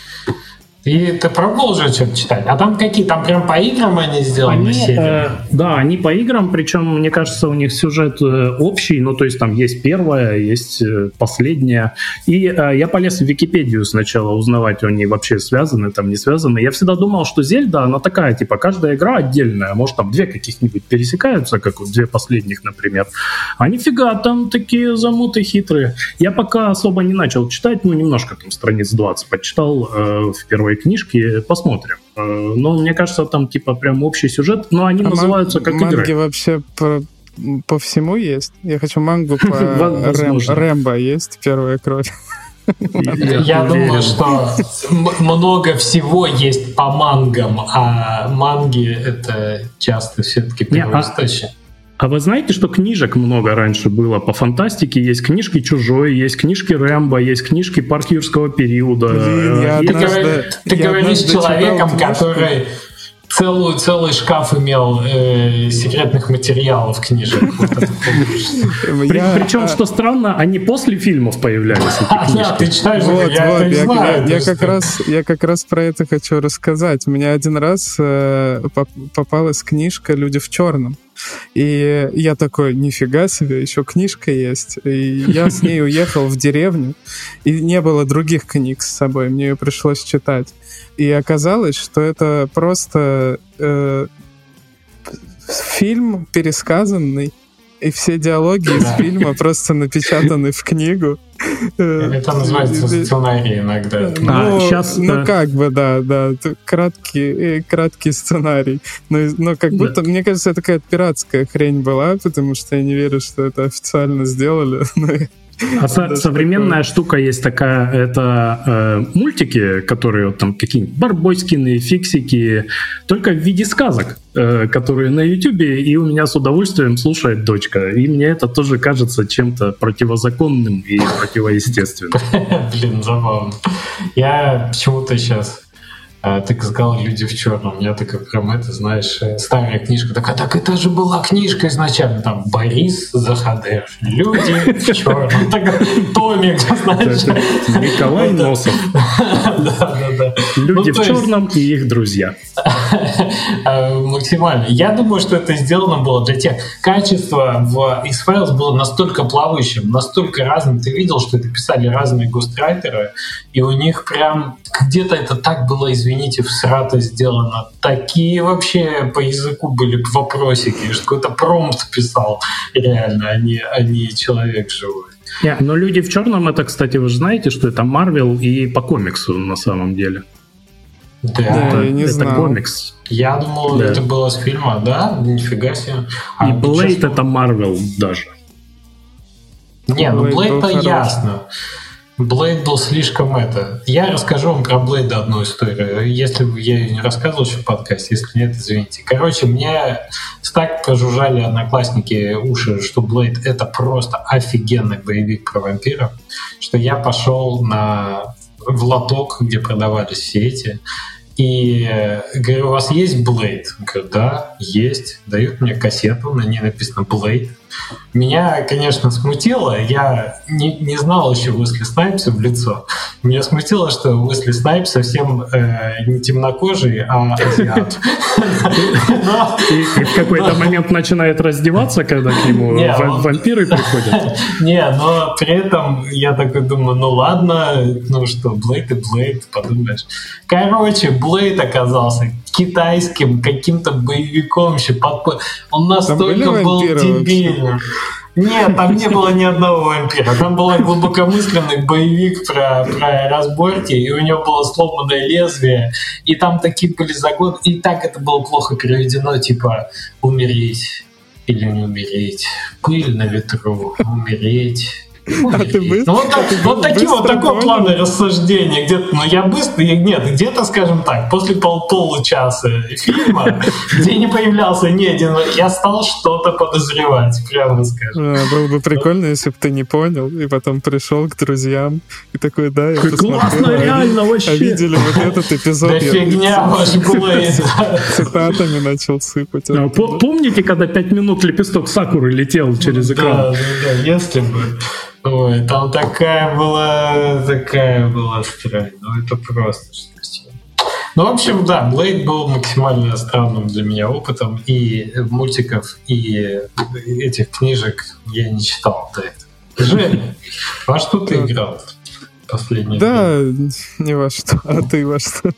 И ты пробовал уже что-то читать? А там какие? Там прям по играм они сделаны Они, серии? э, да, они по играм, причем, мне кажется, у них сюжет э, общий, ну, то есть там есть первая, есть э, последняя. И э, я полез в Википедию сначала узнавать, они вообще связаны, там не связаны. Я всегда думал, что Зельда, она такая, типа, каждая игра отдельная, может, там две каких-нибудь пересекаются, как вот две последних, например. А нифига, там такие замуты хитрые. Я пока особо не начал читать, ну, немножко там страниц двадцать почитал э, в первой книжки, посмотрим. Но мне кажется, там типа прям общий сюжет, но они а называются ман- как манги игры. вообще по, по всему есть? Я хочу мангу по Рэм, Рэмбо есть, первая кровь. Я, я думаю, что много всего есть по мангам, а манги это часто все-таки первоисточник. А вы знаете, что книжек много раньше было по фантастике? Есть книжки «Чужой», есть книжки Рэмбо, есть книжки парк юрского периода. Блин, я Ты, однажды, говори, ты я говоришь с человеком, который целую, целый шкаф имел э, секретных материалов книжек. Причем, что странно, они после фильмов появлялись, эти книжки. Ты читаешь, вот, я вот, это я, знаю. Я, я, как раз, я как раз про это хочу рассказать. У меня один раз э, попалась книжка «Люди в черном». И я такой, нифига себе, еще книжка есть. И я с ней уехал в деревню, и не было других книг с собой, мне ее пришлось читать. И оказалось, что это просто э, фильм пересказанный, и все диалоги из фильма просто напечатаны в книгу. Это называется сценарий иногда. Ну, а, сейчас, ну как бы, да, да, краткий, краткий сценарий. Но, но как будто, да. Мне кажется, это какая-то пиратская хрень была, потому что я не верю, что это официально сделали. А со- современная такое. штука есть такая, это э, мультики, которые вот, там какие-нибудь Барбоскины, Фиксики, только в виде сказок, э, которые на Ютубе, и у меня с удовольствием слушает дочка. И мне это тоже кажется чем-то противозаконным и противоестественным. Блин, забавно. Я почему-то сейчас... А, ты сказал «Люди в черном». У меня такая прям, это, знаешь, старая книжка. Такая, так это же была книжка изначально. Там Борис Захадер. «Люди в черном». Так, томик, знаешь. Николай Носов. Да-да-да. «Люди в черном» и их друзья. Максимально. Я думаю, что это сделано было для тех. Качество в X-Files было настолько плавающим, настолько разным. Ты видел, что это писали разные гострайтеры, и у них прям где-то это так было, извините, всрато сделано. Такие вообще по языку были вопросики, что какой-то промпт писал реально, а не, а не человек живой. Yeah, но «Люди в черном» — это, кстати, вы же знаете, что это Marvel и по комиксу на самом деле. Да, Да, я не это знал. комикс. я думал, Да. это было с фильма, да? Нифига себе. А, И ну, Блейд честно, это Марвел даже. Не, ну Блейд был Блейд-то хорош. ясно. Блейд был слишком это. Я расскажу вам про Блейда одну историю. Если бы я ее не рассказывал еще в подкасте, если нет, извините. Короче, мне так прожужжали одноклассники уши, что Блейд — это просто офигенный боевик про вампиров, что я пошел на в лоток, где продавались все эти, и говорю, у вас есть Блейд? Он говорит, да, есть. Дают мне кассету, на ней написано Блейд. Меня, конечно, смутило. Я не, не знал еще Уэсли Снайпса в лицо. Меня смутило, что Уэсли Снайпс совсем э, не темнокожий, а азиат. Но- И, и в какой-то момент начинает раздеваться, когда к нему Не, ва- он- вампиры приходят. Не, но при этом я такой думаю, ну ладно, ну что, Блейд и Блейд, подумаешь. Короче, Блейд оказался китайским каким-то боевиком еще подпо- Он были настолько был вампиры дебильным. Нет, там не было ни одного вампира. Там был глубокомысленный боевик про, про разборки, и у него было сломанное лезвие, и там такие были загоны, и так это было плохо переведено, типа «умереть» или «не умереть», «пыль на ветру», «умереть». А ты быстро? Ну, вот, так- ты вот такие вот быстро такого понял? плана рассуждения. Где-то, ну я быстро, и нет, где-то, скажем так, после пол получаса фильма, где не появлялся ни один, я стал что-то подозревать, прямо скажем. А, было бы прикольно, если бы ты не понял, и потом пришел к друзьям и такой, да, я Такой, посмотрел, классно, а ви- реально, вообще. а видели вот этот эпизод, Да я фигня ваш Блейд. цитатами начал сыпать. А, по- Помните, когда пять минут лепесток сакуры летел через Да, экран? да, да, если бы. Ой, там такая была, такая была странная. Ну, это просто что-то. Ну, в общем, да, Блейд был максимально странным для меня опытом, и мультиков, и этих книжек я не читал до этого. Женя, во что ты играл последнее время? Да, не во что, а ты во что?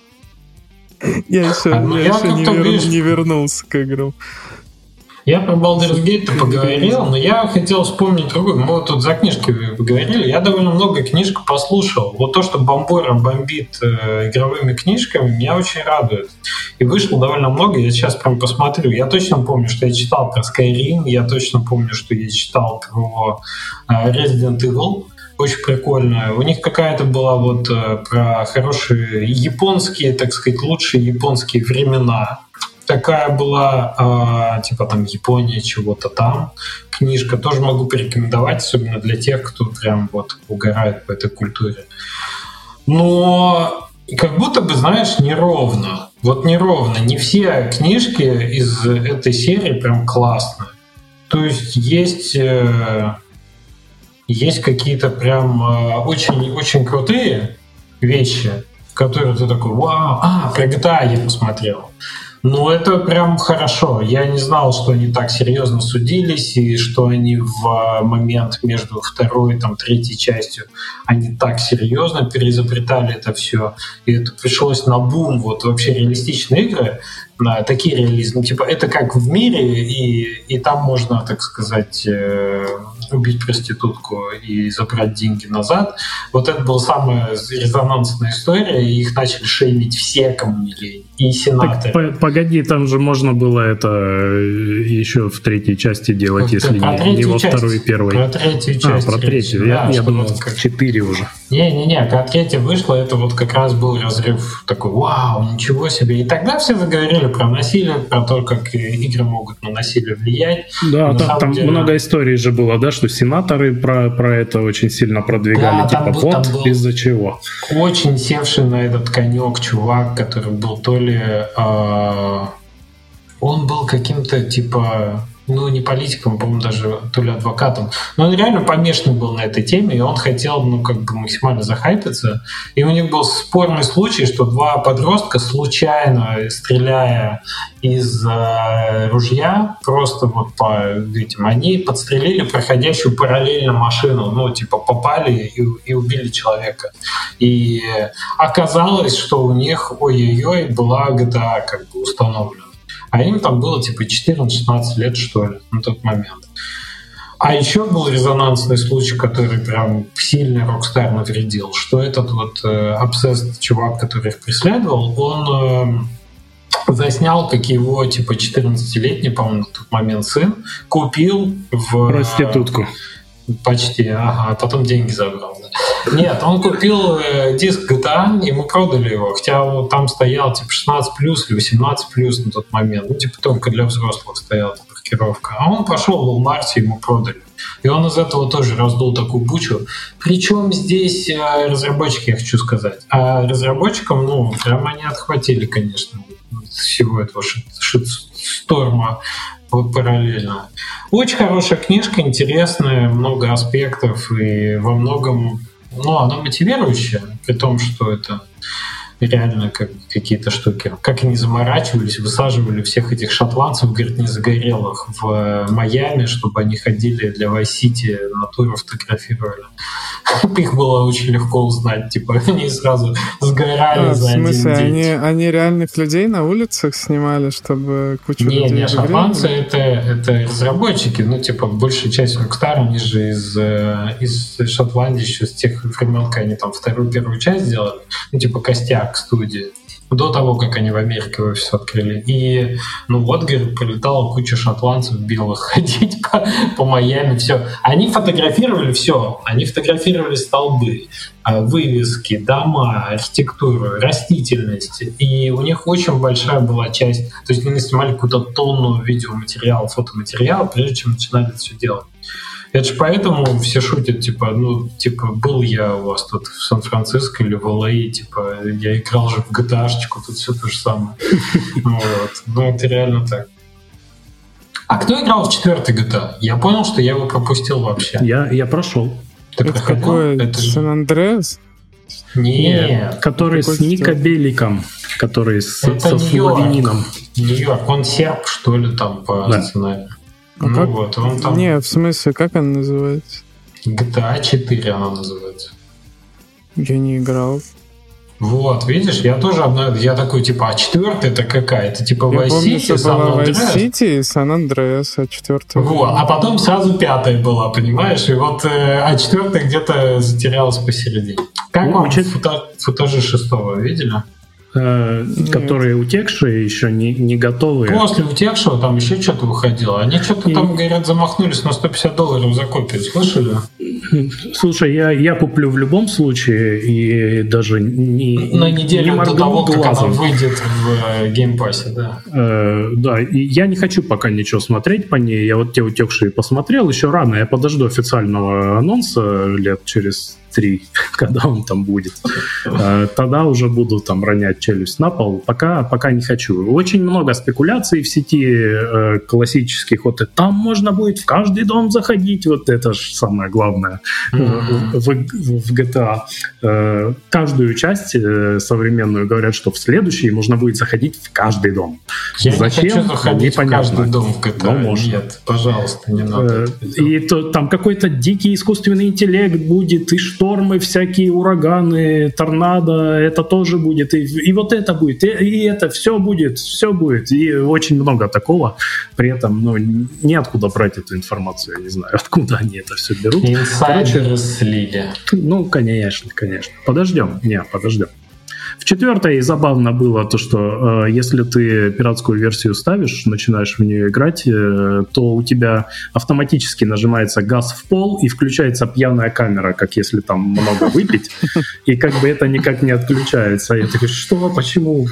Я еще, А, ну, я я еще не, как-то, вер- видишь, не вернулся к игру. Я про Baldur's Gate поговорил, но я хотел вспомнить другую. Мы вот тут за книжки поговорили. Я довольно много книжек послушал. Вот то, что Бомбора бомбит э, игровыми книжками, меня очень радует. И вышло довольно много. Я сейчас прям посмотрю. Я точно помню, что я читал про Skyrim. Я точно помню, что я читал про э, Resident Evil. Очень прикольная. У них какая-то была вот э, про хорошие японские, так сказать, лучшие японские времена. Такая была, э, типа там Япония, чего-то там. Книжка тоже могу порекомендовать, особенно для тех, кто прям вот угорает по этой культуре. Но как будто бы, знаешь, неровно. Вот неровно. Не все книжки из этой серии прям классные. То есть есть, э, есть какие-то прям э, очень-очень крутые вещи, которые ты такой, вау, а, про джи ти эй я посмотрел. Ну, это прям хорошо. Я не знал, что они так серьезно судились, и что они в момент между второй и там, третьей частью они так серьезно переизобретали это все. И это пришлось на бум. Вот вообще реалистичные игры, на такие реализмы. Типа это как в мире, и, и там можно, так сказать, э, убить проститутку и забрать деньги назад. Вот это была самая резонансная история, и их начали шеймить все, кому не лень. И сенаторы. Так, по- погоди, там же можно было это э, еще в третьей части делать, Это если про не, третью не во часть. второй и первой. Про третью А, часть. про речь, третью. Я, да, я что думал, вот как- четыре уже. Не-не-не, когда третья вышла, это вот как раз был разрыв такой, вау, ничего себе. И тогда все заговорили про насилие, про то, как игры могут на насилие влиять. Да, На там, самом там деле- много историй же было, да, что сенаторы про, про это очень сильно продвигали. Да, типа, там был- вот там был- из-за чего. Очень севший на этот конек чувак, который был то ли... э, он был каким-то типа... Ну, не политиком, по-моему, даже то ли адвокатом. Но он реально помешанный был на этой теме, и он хотел, ну, как бы максимально захайпиться. И у них был спорный случай, что два подростка, случайно стреляя из э, ружья, просто вот по этим, они подстрелили проходящую параллельно машину, ну, типа попали и, и убили человека. И оказалось, что у них, ой-ой-ой, была джи ти эй как бы установлена. А им там было типа четырнадцать-шестнадцать лет, что ли, на тот момент. А еще был резонансный случай, который прям сильно Rockstar навредил, что этот вот э, obsessed чувак, который их преследовал, он э, заснял, как его типа четырнадцатилетний, по-моему, на тот момент сын купил в... Проститутку. Почти, ага, а потом деньги забрал. Да. Нет, он купил э, диск джи ти эй, ему продали его, хотя он там стоял типа шестнадцать плюс или восемнадцать плюс на тот момент, ну типа только для взрослых стояла маркировка. А он пошел в Walmart, ему продали. И он из этого тоже раздул такую бучу. Причем здесь э, разработчики, я хочу сказать. А разработчикам, ну, прямо они отхватили, конечно, всего этого шит-шторма параллельно. Очень хорошая книжка, интересная, много аспектов, и во многом, ну, она мотивирующая, при том, что это реально как какие-то штуки. Как они заморачивались, высаживали всех этих шотландцев, говорит, не загорелых в Майами, чтобы они ходили для Vice City, натуру фотографировали. Их было очень легко узнать, типа они сразу сгорали а, за в смысле, один они, день. Они реальных людей на улицах снимали, чтобы кучу не, людей... Не, шотландцы — это, это разработчики, ну, типа, большая часть Rockstar, они же из, из Шотландии еще с тех времен, когда они там вторую, первую часть сделали, ну, типа, костяк студии, до того, как они в Америке офис открыли. И, ну вот, говорит, прилетала куча шотландцев белых ходить по, по Майами, все. Они фотографировали все. Они фотографировали столбы, вывески, дома, архитектуру, растительность. И у них очень большая была часть. То есть они снимали какую-то тонну видеоматериала, фотоматериала, прежде чем начинали это все делать. Это же поэтому все шутят, типа, ну, типа, был я у вас тут в Сан-Франциско или в Эл Эй, типа, я играл же в джи ти эй-шечку, тут все то же самое. Вот. Ну, это реально так. А кто играл в четвертый джи ти эй? Я понял, что я его пропустил вообще. Я, я прошел. Ты это какой? Это Сан-Андреас? Нет. Который с Нико Беликом, который с, со славянином. Нью-Йорк. Он серб, что ли, там по да. сценарию. А ну как? Вот, он там... Не, в смысле, как она называется? джи ти эй четыре она называется. Я не играл. Вот, видишь, я тоже одна, я такой, типа, а четвертая это какая? Это типа Vice City, Сан-Андреас? Vice City и Сан-Андреас, а четвертая. Вот, а потом сразу пятая была, понимаешь? И вот, а четвертая где-то затерялась посередине. Как ну, вам учит... фута... футажи шестого видели? Э, которые утекшие, еще не, не готовые. После утекшего там еще что-то выходило. Они что-то и... там, говорят, замахнулись на сто пятьдесят долларов за копию. Слышали? Слушай, я, я куплю в любом случае и даже не на неделю не до того, глазом. Как она выйдет в геймпассе, да. Э, да, и я не хочу пока ничего смотреть по ней. Я вот те утекшие посмотрел. Еще рано. Я подожду официального анонса лет через три, когда он там будет. Тогда уже буду там ронять челюсть на пол. Пока, пока не хочу. Очень много спекуляций в сети э, классических. Вот там можно будет в каждый дом заходить. Вот это же самое главное mm-hmm. в, в, в джи ти эй. Э, каждую часть э, современную говорят, что в следующей можно будет заходить в каждый дом. Я Зачем? Не хочу заходить непонятно. В каждый дом в джи ти эй. Но можно. Нет, пожалуйста, не надо. Э, и то, там какой-то дикий искусственный интеллект будет, и штормы, всякие ураганы, торнадо, это тоже будет, и, и вот это будет, и, и это все будет, все будет, и очень много такого. При этом, ну, неоткуда брать эту информацию, я не знаю, откуда они это все берут. Инсайдеры слили. Ну, конечно, конечно. Подождем, не, подождем. В четвертой забавно было то, что э, если ты пиратскую версию ставишь, начинаешь в нее играть, э, то у тебя автоматически нажимается газ в пол и включается пьяная камера, как если там много выпить, и как бы это никак не отключается. Я такой, что, почему?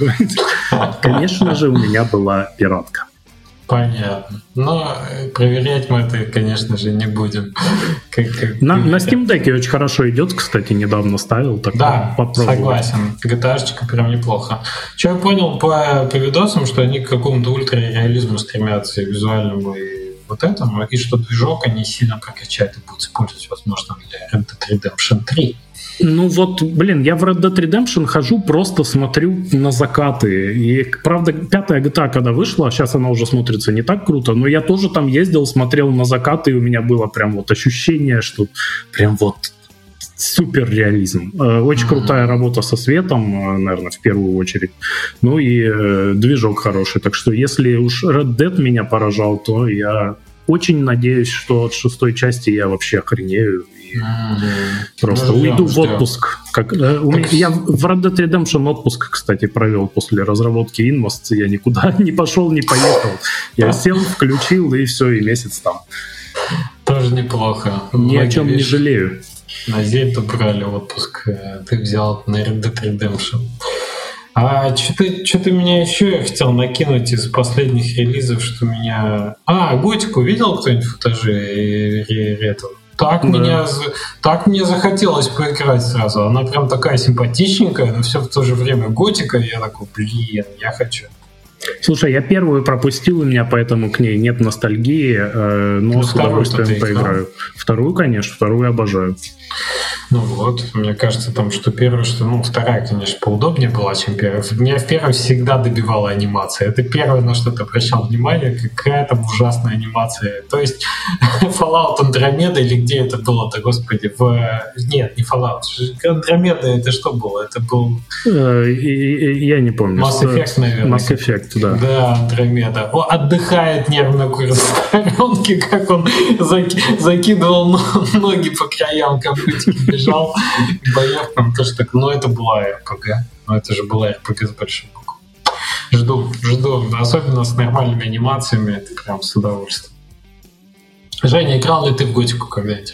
Конечно же, у меня была пиратка. Понятно. Но проверять мы это, конечно же, не будем. Как, как на, на Steam Deck очень хорошо идет, кстати, недавно ставил. Так да, согласен. джи ти эй-шечка прям неплохо. Что я понял по, по видосам, что они к какому-то ультрареализму стремятся, и визуальному, и вот этому, и что движок они сильно прокачают и будут использовать, возможно, для Red Dead Redemption три. Ну вот, блин, я в Red Dead Redemption хожу, просто смотрю на закаты. И, правда, пятая джи ти эй, когда вышла, сейчас она уже смотрится не так круто, но я тоже там ездил, смотрел на закаты, и у меня было прям вот ощущение, что прям вот супер реализм. Очень mm-hmm. крутая работа со светом, наверное, в первую очередь. Ну и э, движок хороший. Так что если уж Red Dead меня поражал, то я очень надеюсь, что от шестой части я вообще охренею и mm-hmm. просто ну, уйду ждем, в отпуск. Как, э, у меня, я в Red Dead Redemption отпуск, кстати, провел после разработки Inmost. Я никуда не пошел, не поехал. Я сел, включил, и все, и месяц там. Тоже неплохо. Ни о чем не жалею. На Зельду брали отпуск, ты взял на Red Dead Redemption. А что-то, что-то меня еще я хотел накинуть из последних релизов, что меня... А, Готику видел кто-нибудь футажи этого? Так, да. меня, так мне захотелось поиграть сразу. Она прям такая симпатичненькая, но все в то же время готика. И я такой, блин, я хочу. Слушай, я первую пропустил, у меня поэтому к ней нет ностальгии, но ну, с удовольствием поиграю. Вторую, конечно, вторую обожаю. Ну вот, мне кажется, там, что первая, что, ну, вторая, конечно, поудобнее была, чем первая. Меня в первой всегда добивала анимация. Это первое, на что ты обращал внимание, какая там ужасная анимация. То есть Fallout Andromeda, или где это было-то, господи, в... Нет, не Fallout. Andromeda это что было? Это был... Я не помню. Mass Effect, наверное. Mass Effect, да. Да, Andromeda. О, отдыхает нервно курс сторонки, как он закидывал ноги по краям капутики, бежал в боях, там тоже так, ну это была эр пи джи, ну это же была эр пи джи с большим буквой. Жду, жду, особенно с нормальными анимациями, это прям с удовольствием. Женя, играл ли ты в Готику когда-нибудь?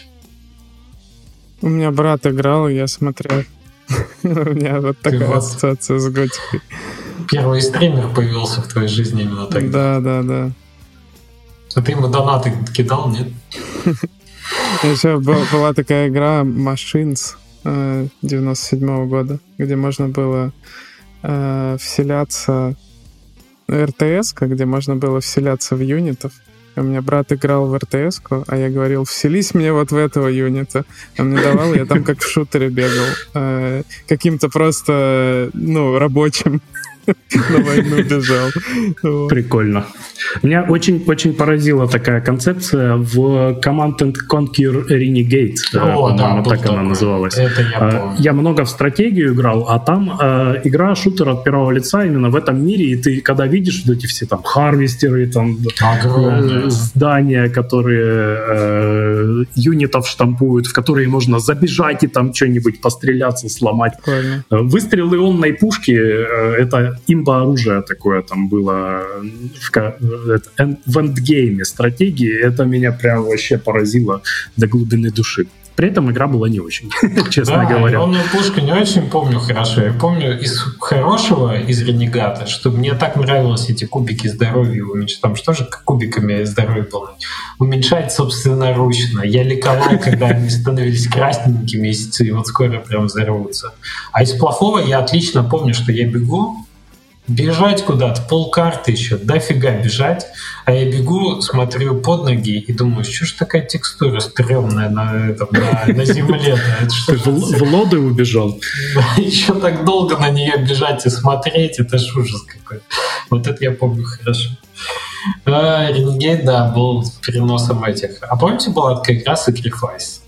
У меня брат играл, и я смотрел. У меня вот такая ассоциация с Готикой. Первый стример появился в твоей жизни именно тогда. Да, да, да. А ты ему донаты кидал, нет? Еще была такая игра Machines девяносто седьмого года, где можно было э, вселяться... эр тэ эс, где можно было вселяться в юнитов. У меня брат играл в эр тэ эс-ку, а я говорил, вселись мне вот в этого юнита. Он мне давал, я там как в шутере бегал. Э, каким-то просто, ну, рабочим. На войну бежал. Прикольно. Меня очень-очень поразила такая концепция в Command and Conquer Renegade. О, да, так она называлась. Это я помню. Я много в стратегию играл, а там э, игра шутер от первого лица именно в этом мире, и ты когда видишь вот эти все там харвестеры, там э, здания, которые э, юнитов штампуют, в которые можно забежать и там что-нибудь постреляться, сломать. Прикольно. Выстрелы онной пушки э, это имба-оружие такое там было в, это, в эндгейме стратегии. Это меня прям вообще поразило до глубины души. При этом игра была не очень, честно да, говоря. Да, онную пушку не очень помню хорошо. Я помню из хорошего, из Ренегата, что мне так нравились эти кубики здоровья уменьшать. Там что же кубиками здоровья было? Уменьшать собственноручно. Я ликовал, когда они становились красненькими, и вот скоро прям взорвутся. А из плохого я отлично помню, что я бегу, бежать куда-то, полкарты еще, дофига бежать, а я бегу, смотрю под ноги и думаю, что ж такая текстура стрёмная на, этом, на, на земле. Это что Ты в, в лоды убежал? Еще так долго на нее бежать и смотреть, это ж ужас какой-то. Вот это я помню хорошо. Renegade, да, был переносом этих. А помните, была такая игра Sacrifice?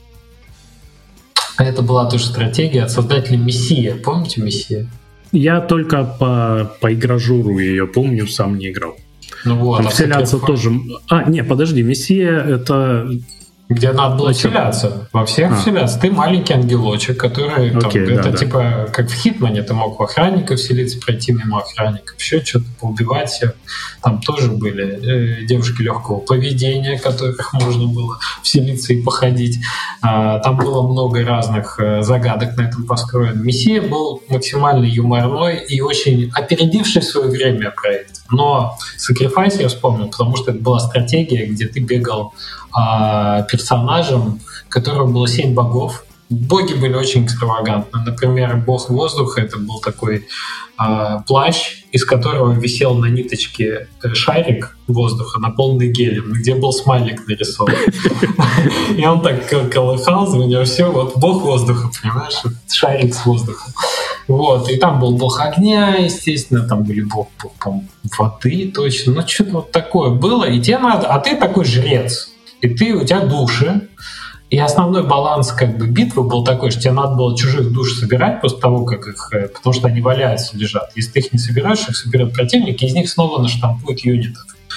Это была тоже стратегия от создателя Мессия. Помните Мессия? Я только по, по игражуру ее помню, сам не играл. Ну вот, там а вселяться Sacrifice... тоже... А, не, подожди, Мессия это... Где надо было Зачем? вселяться. Во всех а. вселяться. Ты маленький ангелочек, который... Там, okay, это да, типа да. как в Хитмане. Ты мог в охранника вселиться, пройти мимо охранника. Еще что-то поубивать всех. Там тоже были э, девушки легкого поведения, которых можно было вселиться и походить. А, там было много разных э, загадок на этом построено. Мессия был максимально юморной и очень опередивший свое время проект. Но Sacrifice я вспомнил, потому что это была стратегия, где ты бегал а, персонажем, у которого было семь богов. Боги были очень экстравагантны. Например, бог воздуха — это был такой а, плащ, из которого висел на ниточке шарик воздуха, наполненный гелем, где был смайлик нарисован. И он так колыхался, у него все, вот бог воздуха, понимаешь, шарик с воздухом. Вот, и там был бог огня, естественно, там были бог, бог по-моему, воды точно, ну что-то вот такое было, и тебе надо, а ты такой жрец, и ты, у тебя души, и основной баланс как бы битвы был такой, что тебе надо было чужих душ собирать после того, как их, потому что они валяются, лежат. Если ты их не собираешь, их соберет противник, и из них снова наштампуют юнитов.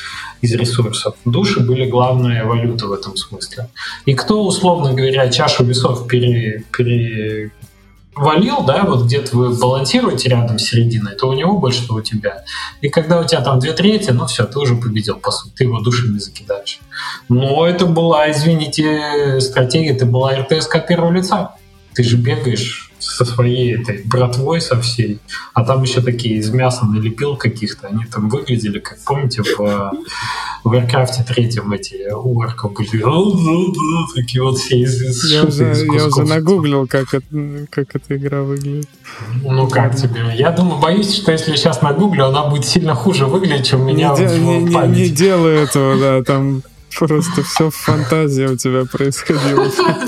из ресурсов. Души были главная валюта в этом смысле. И кто, условно говоря, чашу весов пере, перевалил, да, вот где-то вы балансируете рядом с серединой, то у него больше, что у тебя. И когда у тебя там две трети, ну все, ты уже победил, по сути, ты его душами закидаешь. Но это была, извините, стратегия, это была эр тэ эс от первого лица. Ты же бегаешь со своей этой братвой, со всей, а там еще такие из мяса налепил каких-то, они там выглядели, как помните, в, в Warcraft третьем эти у орков были такие вот все из, из Я, уже, из я уже нагуглил, как, это, как эта игра выглядит. Ну как тебе? Я думаю, боюсь, что если сейчас нагуглю, она будет сильно хуже выглядеть, чем у меня не, в, не, в памяти. Не, не делай этого, да, там просто все в фантазии у тебя происходило.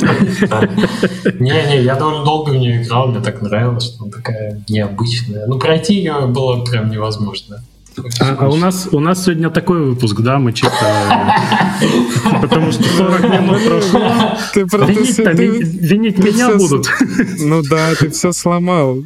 Не-не, я довольно долго в нее играл, мне так нравилось, что она такая необычная. Ну, пройти ее было прям невозможно. А, а у нас у нас сегодня такой выпуск, да, мы чисто... Потому что сорок минут прошло. Винить меня будут. Ну да, ты все сломал.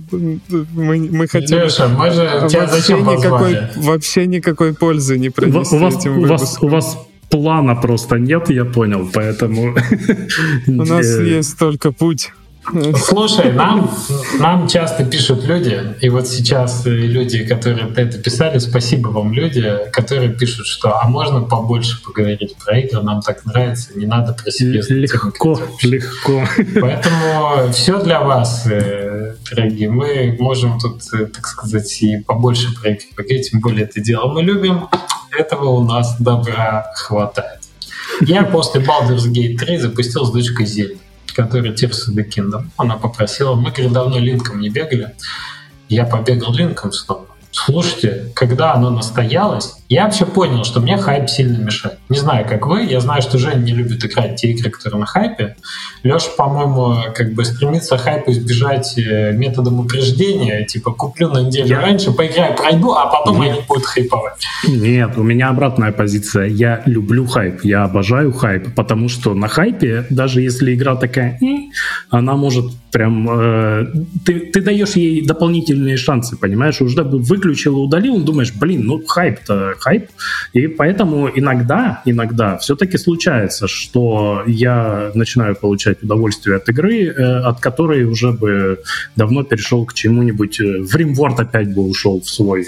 Мы хотим... Леша, мы же тебя зачем позвали? Вообще никакой пользы не принести этим выпуском. У вас плана просто нет, я понял, поэтому... У нас есть только путь. Слушай, нам, нам часто пишут люди, и вот сейчас люди, которые это писали, спасибо вам, люди, которые пишут, что а можно побольше поговорить про игры, нам так нравится, не надо про себя. Легко, легко. Поэтому все для вас, дорогие. Мы можем тут, так сказать, и побольше про игры поговорить, тем более это дело мы любим. Этого у нас добра хватает. Я после Baldur's Gate три запустил с дочкой Зельду, которая Tears of the Kingdom. Она попросила, мы, говорит, давно линком не бегали. Я побегал линком снова. Слушайте, когда оно настоялось, я вообще понял, что мне хайп сильно мешает. Не знаю, как вы, я знаю, что Женя не любит играть те игры, которые на хайпе. Леша, по-моему, как бы стремится хайпу избежать методом упреждения, типа куплю на неделю я... раньше, поиграю, пройду, а потом Нет. они будут хайповать. Нет, у меня обратная позиция. Я люблю хайп, я обожаю хайп, потому что на хайпе, даже если игра такая, она может прям... Э, ты, ты даешь ей дополнительные шансы, понимаешь? Уже выключил и удалил, думаешь, блин, ну хайп-то хайп. И поэтому иногда, иногда все-таки случается, что я начинаю получать удовольствие от игры, э, от которой уже бы давно перешел к чему-нибудь. В RimWorld опять бы ушел в свой...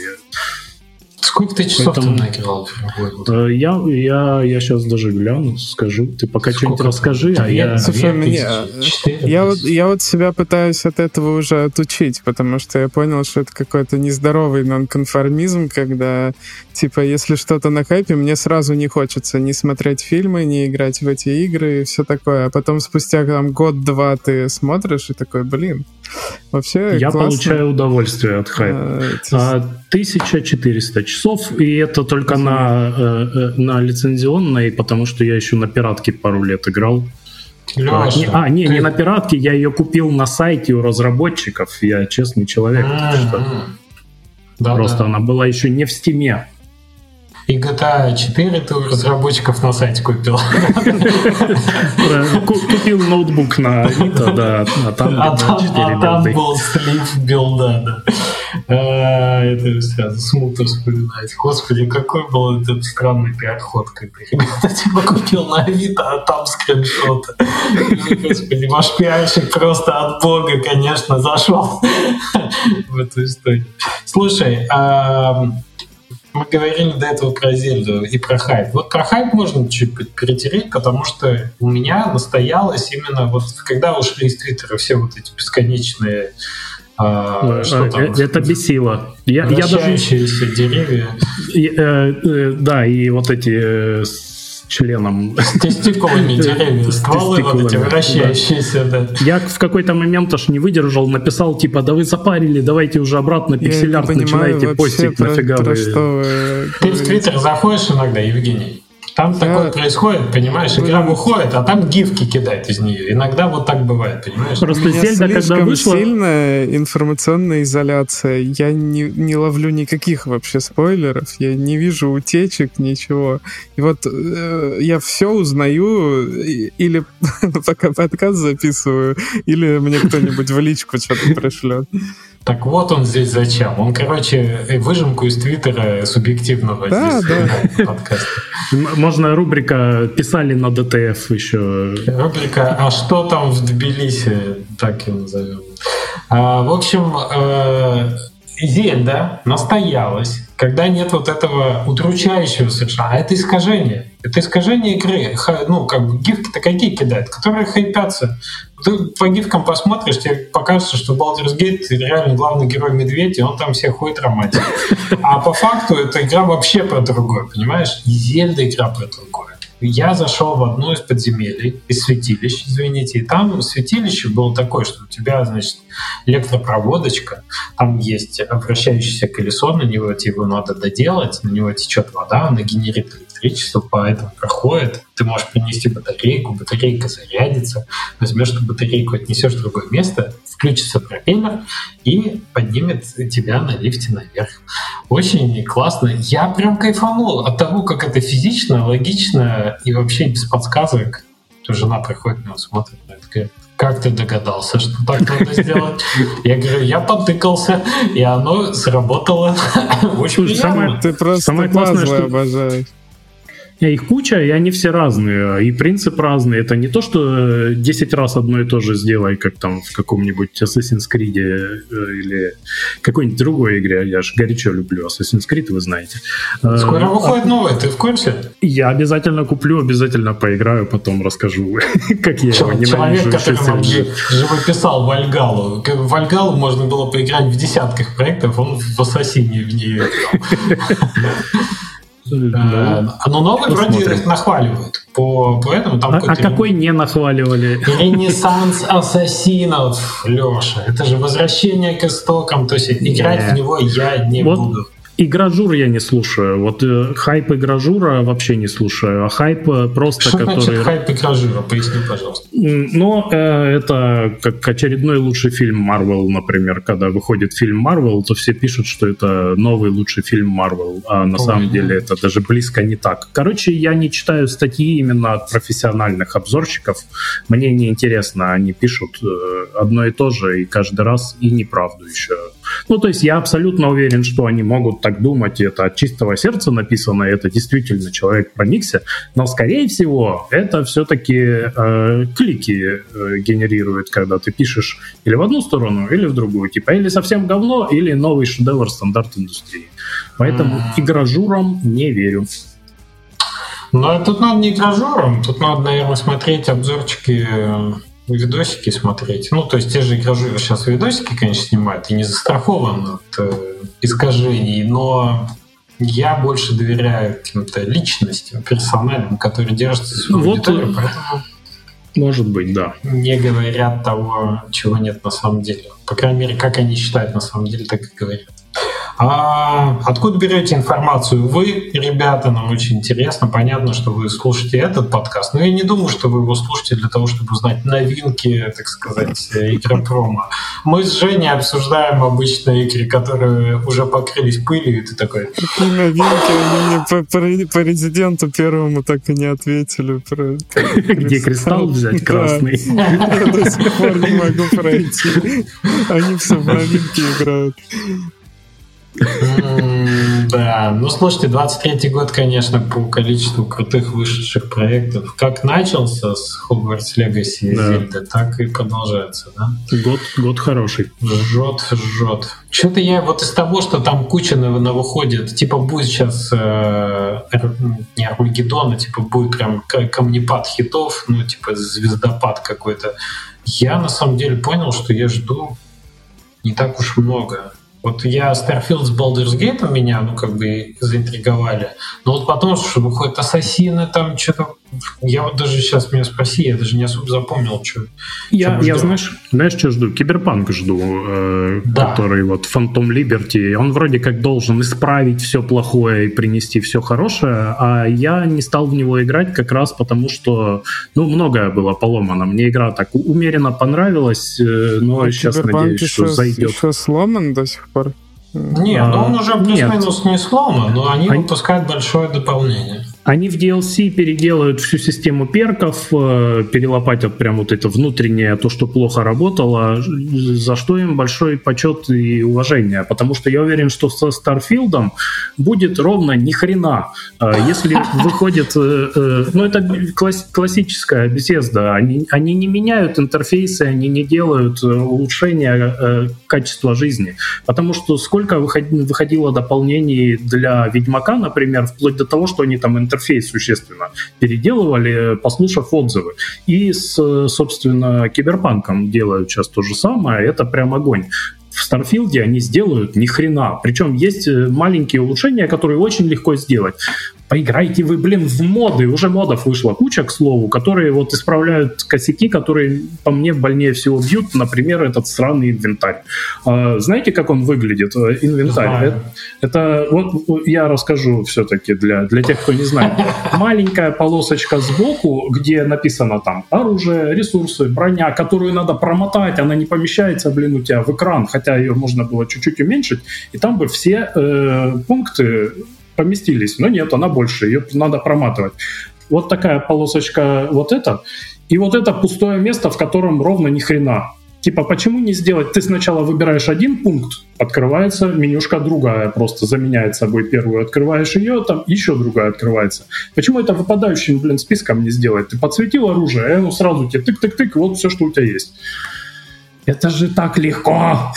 Сколько ты часов Поэтому, там наиграл? Э, я, я, я сейчас даже гляну, скажу. Ты пока Сколько что-нибудь расскажи, а я... Слушай, мне, я, вот, я вот себя пытаюсь от этого уже отучить, потому что я понял, что это какой-то нездоровый нонконформизм, когда, типа, если что-то на хайпе, мне сразу не хочется ни смотреть фильмы, ни играть в эти игры и все такое. А потом спустя там год-два ты смотришь и такой, блин, вообще я классно. Получаю удовольствие от хайпа. А, тысяча четыреста часов, и это только на, э, на лицензионной, потому что я еще на пиратке пару лет играл. Леша, а, не, ты... не на пиратке, я ее купил на сайте у разработчиков. Я честный человек. Mm-hmm. Да, Просто да. она была еще не в Стиме. И джи ти эй четыре ты у разработчиков на сайте купил. Купил ноутбук на Авито, да, а там А там был слив билда, да. Это сразу смутно вспоминать. Господи, какой был этот странный переход, когда ребята типа купил на Авито, а там скриншоты. Господи, ваш пиарщик просто от бога, конечно, зашел в эту историю. Слушай, мы говорили до этого про Зельду и про хайп. Вот про хайп можно чуть-чуть перетереть, потому что у меня настоялось именно вот когда ушли из Твиттера все вот эти бесконечные а, что там? Это бесило. Я, я даже... деревья. И, э, э, да, и вот эти э, с членом. С тестикулами деревья, стволы вот эти вращающиеся, да. Я в какой-то момент аж не выдержал, написал, типа, да вы запарили, давайте уже обратно пиксель-арт начинаете постить, про, нафига про вы... Что вы... Ты в Твиттер заходишь иногда, Евгений? Там Я... такое происходит, понимаешь, игра выходит, а там гифки кидает из нее. Иногда вот так бывает, понимаешь? Просто У меня Зельда, когда слишком вышла... сильная информационная изоляция. Я не, не ловлю никаких вообще спойлеров, я не вижу утечек, ничего. И вот э, я все узнаю, или пока подкаст записываю, или мне кто-нибудь в личку что-то пришлет. Так вот он здесь зачем. Он, короче, выжимку из Твиттера субъективного да, здесь да. подкаста. Можно рубрика «Писали на ДТФ» еще. Рубрика «А что там в Тбилиси?» Так ее назовем. А, в общем, э, Зельда настоялась, когда нет вот этого удручающего совершенно. А это искажение. Это искажение игры. Ну, как бы гифки-то какие кидают, которые хайпятся. Ты по гифкам посмотришь, тебе покажется, что Baldur's Gate реально главный герой медведь, и он там всех ходит романтик. А по факту эта игра вообще про другое, понимаешь? И Зельда игра про другое. Я зашел в одно из подземелий, из святилищ, извините, и там святилище было такое, что у тебя, значит, электропроводочка, там есть обращающееся колесо, на него его надо доделать, на него течет вода, она генерит электричество, по этому проходит, ты можешь принести батарейку, батарейка зарядится, возьмешь эту батарейку, отнесешь в другое место, включится пропеллер и поднимет тебя на лифте наверх. Очень классно. Я прям кайфанул от того, как это физично, логично и вообще без подсказок. Жена приходит, меня смотрит, говорит: как ты догадался, что так надо сделать? Я говорю, я потыкался, и оно сработало. Очень приятно. Ты просто пазлы обожаешь. Их куча, и они все разные, и принцип разный. Это не то, что десять раз одно и то же сделай, как там в каком-нибудь Assassin's Creed или какой-нибудь другой игре. Я же горячо люблю Assassin's Creed, вы знаете. Скоро выходит новое, ты в курсе? Я обязательно куплю, обязательно поиграю, потом расскажу, как я его ненавижу. Человек, который нам живописал Вальгалу. В Вальгалу можно было поиграть в десятках проектов, он в Ассасине в нее играл. Да. Но новый вроде нахваливают. По, по этому там а, а какой не нахваливали? Ренессанс ассасинов, Леша. Это же возвращение к истокам. То есть играть yeah. в него я не вот. буду. И Гражур я не слушаю. Вот э, хайп и Гражура вообще не слушаю. А хайп просто... Что который... значит хайп и Гражура? Поясни, пожалуйста. Ну, э, это как очередной лучший фильм Marvel, например. Когда выходит фильм Marvel, то все пишут, что это новый лучший фильм Marvel. А на Ой, самом да. деле это даже близко не так. Короче, я не читаю статьи именно от профессиональных обзорщиков. Мне не интересно. Они пишут э, одно и то же, и каждый раз, и неправду еще. Ну, то есть я абсолютно уверен, что они могут так думать, и это от чистого сердца написано, и это действительно человек проникся, но, скорее всего, это все-таки э, клики э, генерирует, когда ты пишешь или в одну сторону, или в другую, типа или совсем говно, или новый шедевр стандарт индустрии. Поэтому mm. и Гражурам не верю. Ну, тут надо не Гражурам, тут надо, наверное, смотреть обзорчики... видосики смотреть. Ну, то есть те же игражуры сейчас видосики, конечно, снимают и не застрахован от э, искажений, но я больше доверяю каким-то личностям, персональным, которые держатся за свою вот, аудиторию, поэтому может быть, да. не говорят того, чего нет на самом деле. По крайней мере, как они считают на самом деле, так и говорят. А откуда берете информацию вы, ребята? Нам очень интересно. Понятно, что вы слушаете этот подкаст, но я не думаю, что вы его слушаете для того, чтобы узнать новинки, так сказать, игропрома. Мы с Женей обсуждаем обычные игры, которые уже покрылись пылью, и ты такой... Какие новинки? Они мне по, по, по резиденту первому так и не ответили. Про, про Где кристалл взять красный? Я до сих пор не могу пройти. Они все в новинки играют. Да, ну слушайте, двадцать третий год, конечно, по количеству крутых вышедших проектов, как начался с Hogwarts Legacy и да. Zelda, так и продолжается, да? Год, год хороший. Жжет, жжет. Что-то я вот из того, что там куча на, на выходит, типа будет сейчас э, не Армагеддон, а типа будет прям камнепад хитов, ну типа звездопад какой-то. Я на самом деле понял, что я жду не так уж много. Вот я Starfield с Baldur's Gate меня, ну, как бы заинтриговали. Но вот потом, что выходят ассасины, там что-то... Я вот даже сейчас меня спроси, я даже не особо запомнил, что... Я, я знаешь, знаешь, что жду? Киберпанк жду, э, да. который вот Phantom Liberty. Он вроде как должен исправить все плохое и принести все хорошее, а я не стал в него играть как раз потому, что, ну, многое было поломано. Мне игра так умеренно понравилась, э, но а сейчас надеюсь, что зайдет. Еще сломан до сих пор? Не, а, ну он уже плюс-минус не сломан, но они, они выпускают большое дополнение. Они в ди эл си переделают всю систему перков, перелопатят прям вот это внутреннее, то, что плохо работало, за что им большой почет и уважение. Потому что я уверен, что со Старфилдом будет ровно ни хрена. Если выходит... Ну, это классическая Bethesda. Они, они не меняют интерфейсы, они не делают улучшения качества жизни. Потому что сколько выходило дополнений для Ведьмака, например, вплоть до того, что они там интерфейс существенно переделывали, послушав отзывы. И с, собственно, Киберпанком делают сейчас то же самое. Это прям огонь. В Старфилде они сделают ни хрена. Причем есть маленькие улучшения, которые очень легко сделать. Поиграйте вы, блин, в моды. Уже модов вышла куча, к слову, которые вот исправляют косяки, которые по мне больнее всего бьют. Например, этот сраный инвентарь. А, знаете, как он выглядит, инвентарь? Это, это вот я расскажу все-таки для, для тех, кто не знает. Маленькая полосочка сбоку, где написано там оружие, ресурсы, броня, которую надо промотать, она не помещается, блин, у тебя в экран, хотя ее можно было чуть-чуть уменьшить, и там бы все э, пункты поместились, но нет, она больше, ее надо проматывать. Вот такая полосочка вот эта, и вот это пустое место, в котором ровно ни хрена. Типа, почему не сделать? Ты сначала выбираешь один пункт, открывается менюшка другая, просто заменяет собой первую, открываешь ее, там еще другая открывается. Почему это выпадающим, блин, списком не сделать? Ты подсветил оружие, и оно сразу тебе тык-тык-тык, вот все, что у тебя есть. Это же так легко.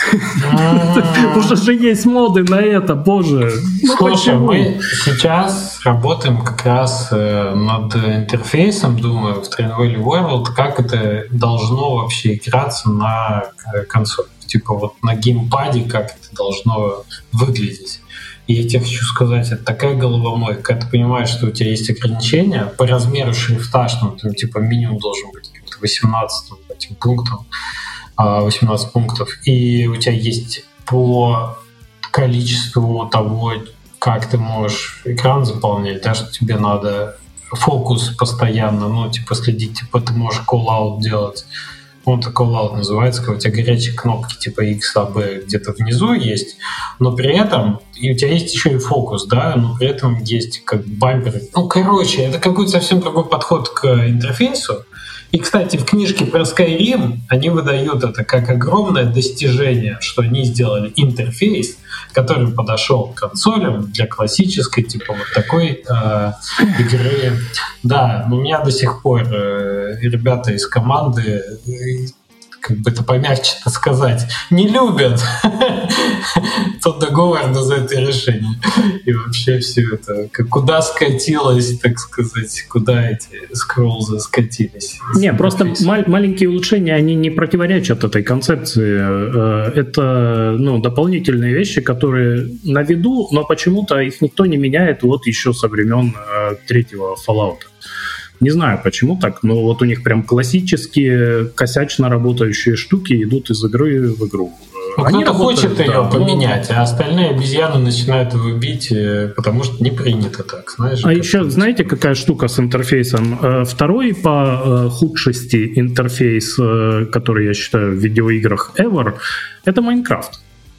Уже же есть моды на это, боже. Слушай, мы сейчас работаем как раз над интерфейсом, думаю, в Train Valley World, как это должно вообще играться на консоли. Типа вот на геймпаде, как это должно выглядеть. И я тебе хочу сказать, это такая головомойка, когда ты понимаешь, что у тебя есть ограничения по размеру шрифта, что там типа минимум должен быть восемнадцать этим пунктом. восемнадцать пунктов, и у тебя есть по количеству того, как ты можешь экран заполнять, да, что тебе надо фокус постоянно, ну, типа, следить, типа, ты можешь call-out делать. Ну, это call-out называется, когда у тебя горячие кнопки типа X, A, B где-то внизу есть, но при этом и у тебя есть еще и фокус, да, но при этом есть как бампер. Ну, короче, это какой-то совсем другой подход к интерфейсу. И, кстати, в книжке про Skyrim они выдают это как огромное достижение, что они сделали интерфейс, который подошел к консолям для классической, типа вот такой э, игры. Да, но у меня до сих пор э, ребята из команды, э, как бы это помягче-то сказать, не любят тот договор за это решение. И вообще все это, как куда скатилось, так сказать, куда эти скроллзы скатились. Не, просто мал- маленькие улучшения, они не противоречат этой концепции. Это, ну, дополнительные вещи, которые на виду, но почему-то их никто не меняет вот еще со времен третьего Fallout. Не знаю, почему так, но вот у них прям классические косячно работающие штуки идут из игры в игру. Ну, кто-то хочет ее да, поменять, но... а остальные обезьяны начинают его бить, потому что не принято так, знаешь. А еще, знаете, какая штука с интерфейсом? Второй по худшести интерфейс, который я считаю в видеоиграх ever, это Майнкрафт.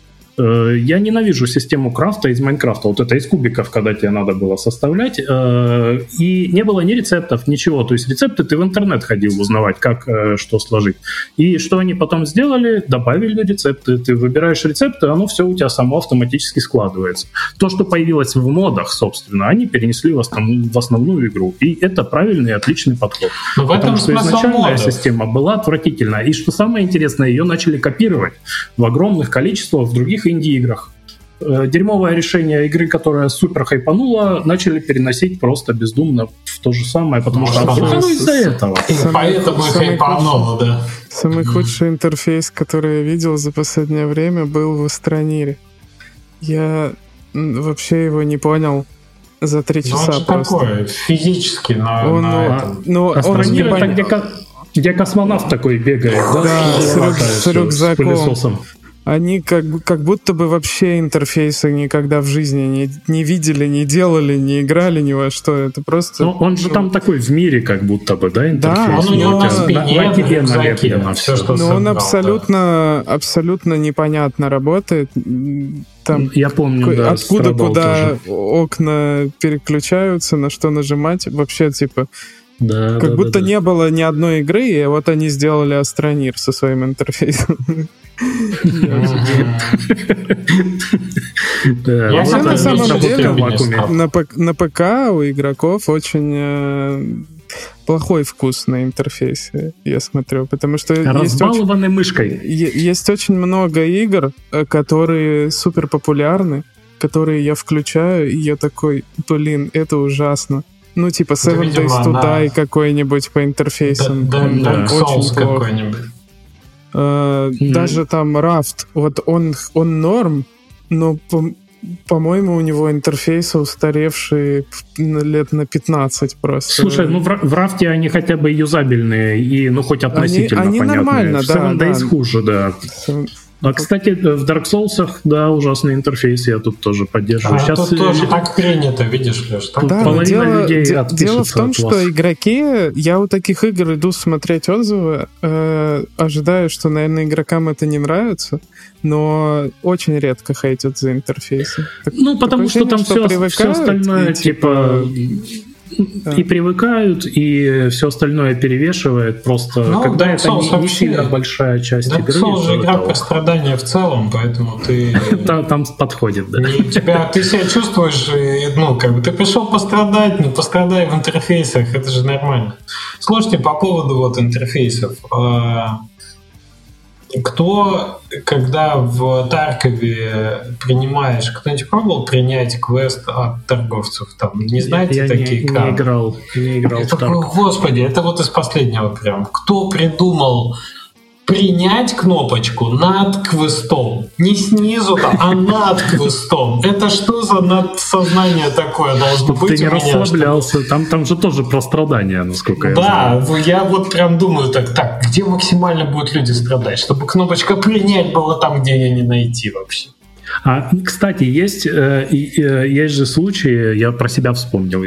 Я ненавижу систему крафта из Майнкрафта. Вот это из кубиков, когда тебе надо было составлять. И не было ни рецептов, ничего. То есть рецепты ты в интернет ходил узнавать, как что сложить. И что они потом сделали? Добавили рецепты. Ты выбираешь рецепты, оно все у тебя само автоматически складывается. То, что появилось в модах, собственно, они перенесли в, основ... в основную игру. И это правильный и отличный подход. Но в этом Потому что изначальная модов. Система была отвратительная. И что самое интересное, ее начали копировать в огромных количествах в других инди-играх. Дерьмовое решение игры, которая супер хайпанула, начали переносить просто бездумно в то же самое, потому что ну, из-за этого. Поэтому и хайпануло, да. Самый худший интерфейс, который я видел за последнее время, был в Астронире. Я вообще его не понял за три часа ну, просто. Такое, физически на, он, на этом. Ну, Астронир — это где, где космонавт такой бегает, да? Да, с, рюк, с рюкзаком. С пылесосом. они как, как будто бы вообще интерфейсы никогда в жизни не, не видели, не делали, не играли ни во что. Это просто... Ну, он же там такой в мире как будто бы, да, интерфейс? Да, он у него на спине, на, на тебе налеплено все, что Но он абсолютно, да. абсолютно непонятно работает. Там Я помню, к- да, откуда куда тоже. окна переключаются, на что нажимать. Вообще, типа, да, как да, будто да, да. не было ни одной игры, и вот они сделали Астронир со своим интерфейсом. Я на самом деле на на ПК у игроков очень плохой вкус на интерфейсе, я смотрю, потому что разбалованы мышкой. Есть очень много игр, которые супер популярны, которые я включаю, и я такой, блин, это ужасно. Ну, типа Seven да, Days видимо, to да. Die какой-нибудь по интерфейсам. Да, он, да, он очень плох. какой-нибудь. Uh, mm-hmm. Даже там Raft, вот он, он норм, но, по, по-моему, у него интерфейсы устаревшие лет на пятнадцать просто. Слушай, ну в, в Рафте они хотя бы юзабельные и, ну, хоть относительно они, они понятные. Нормально, в да, Seven Days да. хуже, да. А, кстати, в Dark Souls, да, ужасный интерфейс, я тут тоже поддерживаю. А Сейчас тут тоже так принято, видишь ли, что да, половина дело, людей де, дело в том, от что вас. игроки, я у таких игр иду смотреть отзывы, э, ожидаю, что, наверное, игрокам это не нравится, но очень редко хейтят за интерфейсы. Так, ну, потому что там что все, все остальное, и, типа... Да. И привыкают, и все остальное перевешивает. Просто ну, когда Dark это Souls не, не вообще, сильно большая часть Dark игры. Souls же игра того. про страдания в целом, поэтому ты... Там, там подходит, да. И тебя, ты себя чувствуешь, ну, как бы ты пришел пострадать, ну, пострадай в интерфейсах, это же нормально. Слушайте, по поводу вот интерфейсов. Кто, когда в Таркове принимаешь, кто-нибудь пробовал принять квест от торговцев? Там, не знаете я такие не, карты? не играл, не играл это, в Тарков. Господи, это вот из последнего прям. Кто придумал принять кнопочку над квестом? Не снизу, а над квестом. Это что за надсознание такое должно Чтобы быть ты не у меня? расслаблялся. Чтобы... Там, там же тоже про страдания, насколько я да, знаю. Да, я вот прям думаю так, так, где максимально будут люди страдать, чтобы кнопочка принять была там, где ее не найти вообще. А, кстати, есть, э, э, есть же случаи, я про себя вспомнил,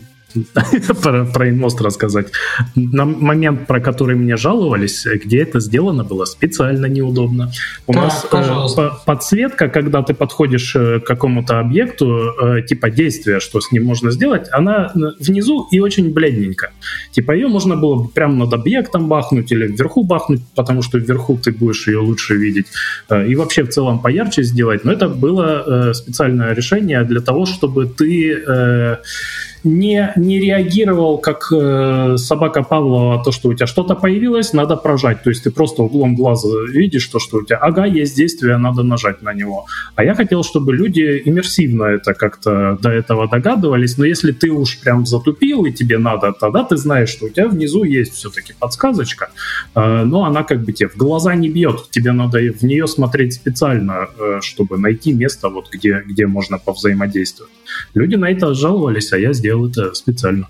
про, про инмост рассказать. На момент, про который мне жаловались, где это сделано было специально неудобно. У так, нас пожалуйста. э, подсветка, когда ты подходишь к какому-то объекту, э, типа действия, что с ним можно сделать, она внизу и очень бледненько. Типа ее можно было бы прямо над объектом бахнуть или вверху бахнуть, потому что вверху ты будешь ее лучше видеть. Э, и вообще в целом поярче сделать. Но это было э, специальное решение для того, чтобы ты... Э, Не, не реагировал, как э, собака Павлова, то, что у тебя что-то появилось, надо прожать. То есть ты просто углом глаза видишь то, что у тебя, ага, есть действие, надо нажать на него. А я хотел, чтобы люди иммерсивно это как-то до этого догадывались. Но если ты уж прям затупил и тебе надо, тогда ты знаешь, что у тебя внизу есть все-таки подсказочка, э, но она как бы тебе в глаза не бьет. Тебе надо в нее смотреть специально, э, чтобы найти место, вот, где, где можно повзаимодействовать. Люди на это жаловались, а я сделал это специально.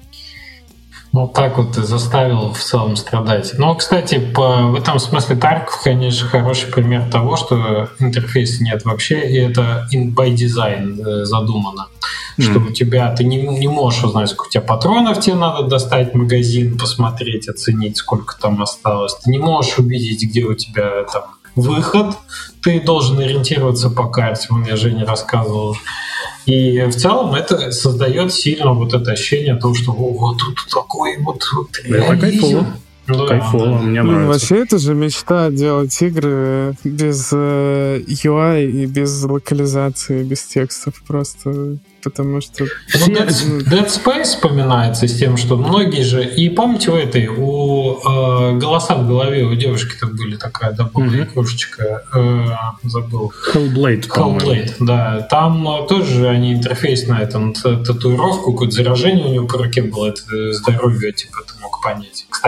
Ну, так вот ты заставил в целом страдать. Но, кстати, по, в этом смысле Тарков, конечно, хороший пример того, что интерфейса нет вообще, и это in by design задумано. Mm. Что у тебя, ты не, не можешь узнать, сколько у тебя патронов, тебе надо достать магазин, посмотреть, оценить, сколько там осталось. Ты не можешь увидеть, где у тебя там выход, ты должен ориентироваться по карте, он я Жене рассказывал. И в целом это создает сильно вот это ощущение того, что вот тут такой вот, вот это кайфово. Да, кайфово, да. Мне нравится. Ну, вообще это же мечта делать игры без э, ю ай и без локализации, без текстов просто. Потому что... Ну, Dead, Dead Space вспоминается с тем, что многие же... И помните, у этой, у э, голоса в голове у девушки-то были такая добрая mm-hmm. кружечка, э, забыл. Hellblade, Hellblade, да. Там э, тоже они интерфейс на этом, татуировку, какое-то заражение у него по руке было, это здоровье, типа, ты мог понять. Кстати, татуировка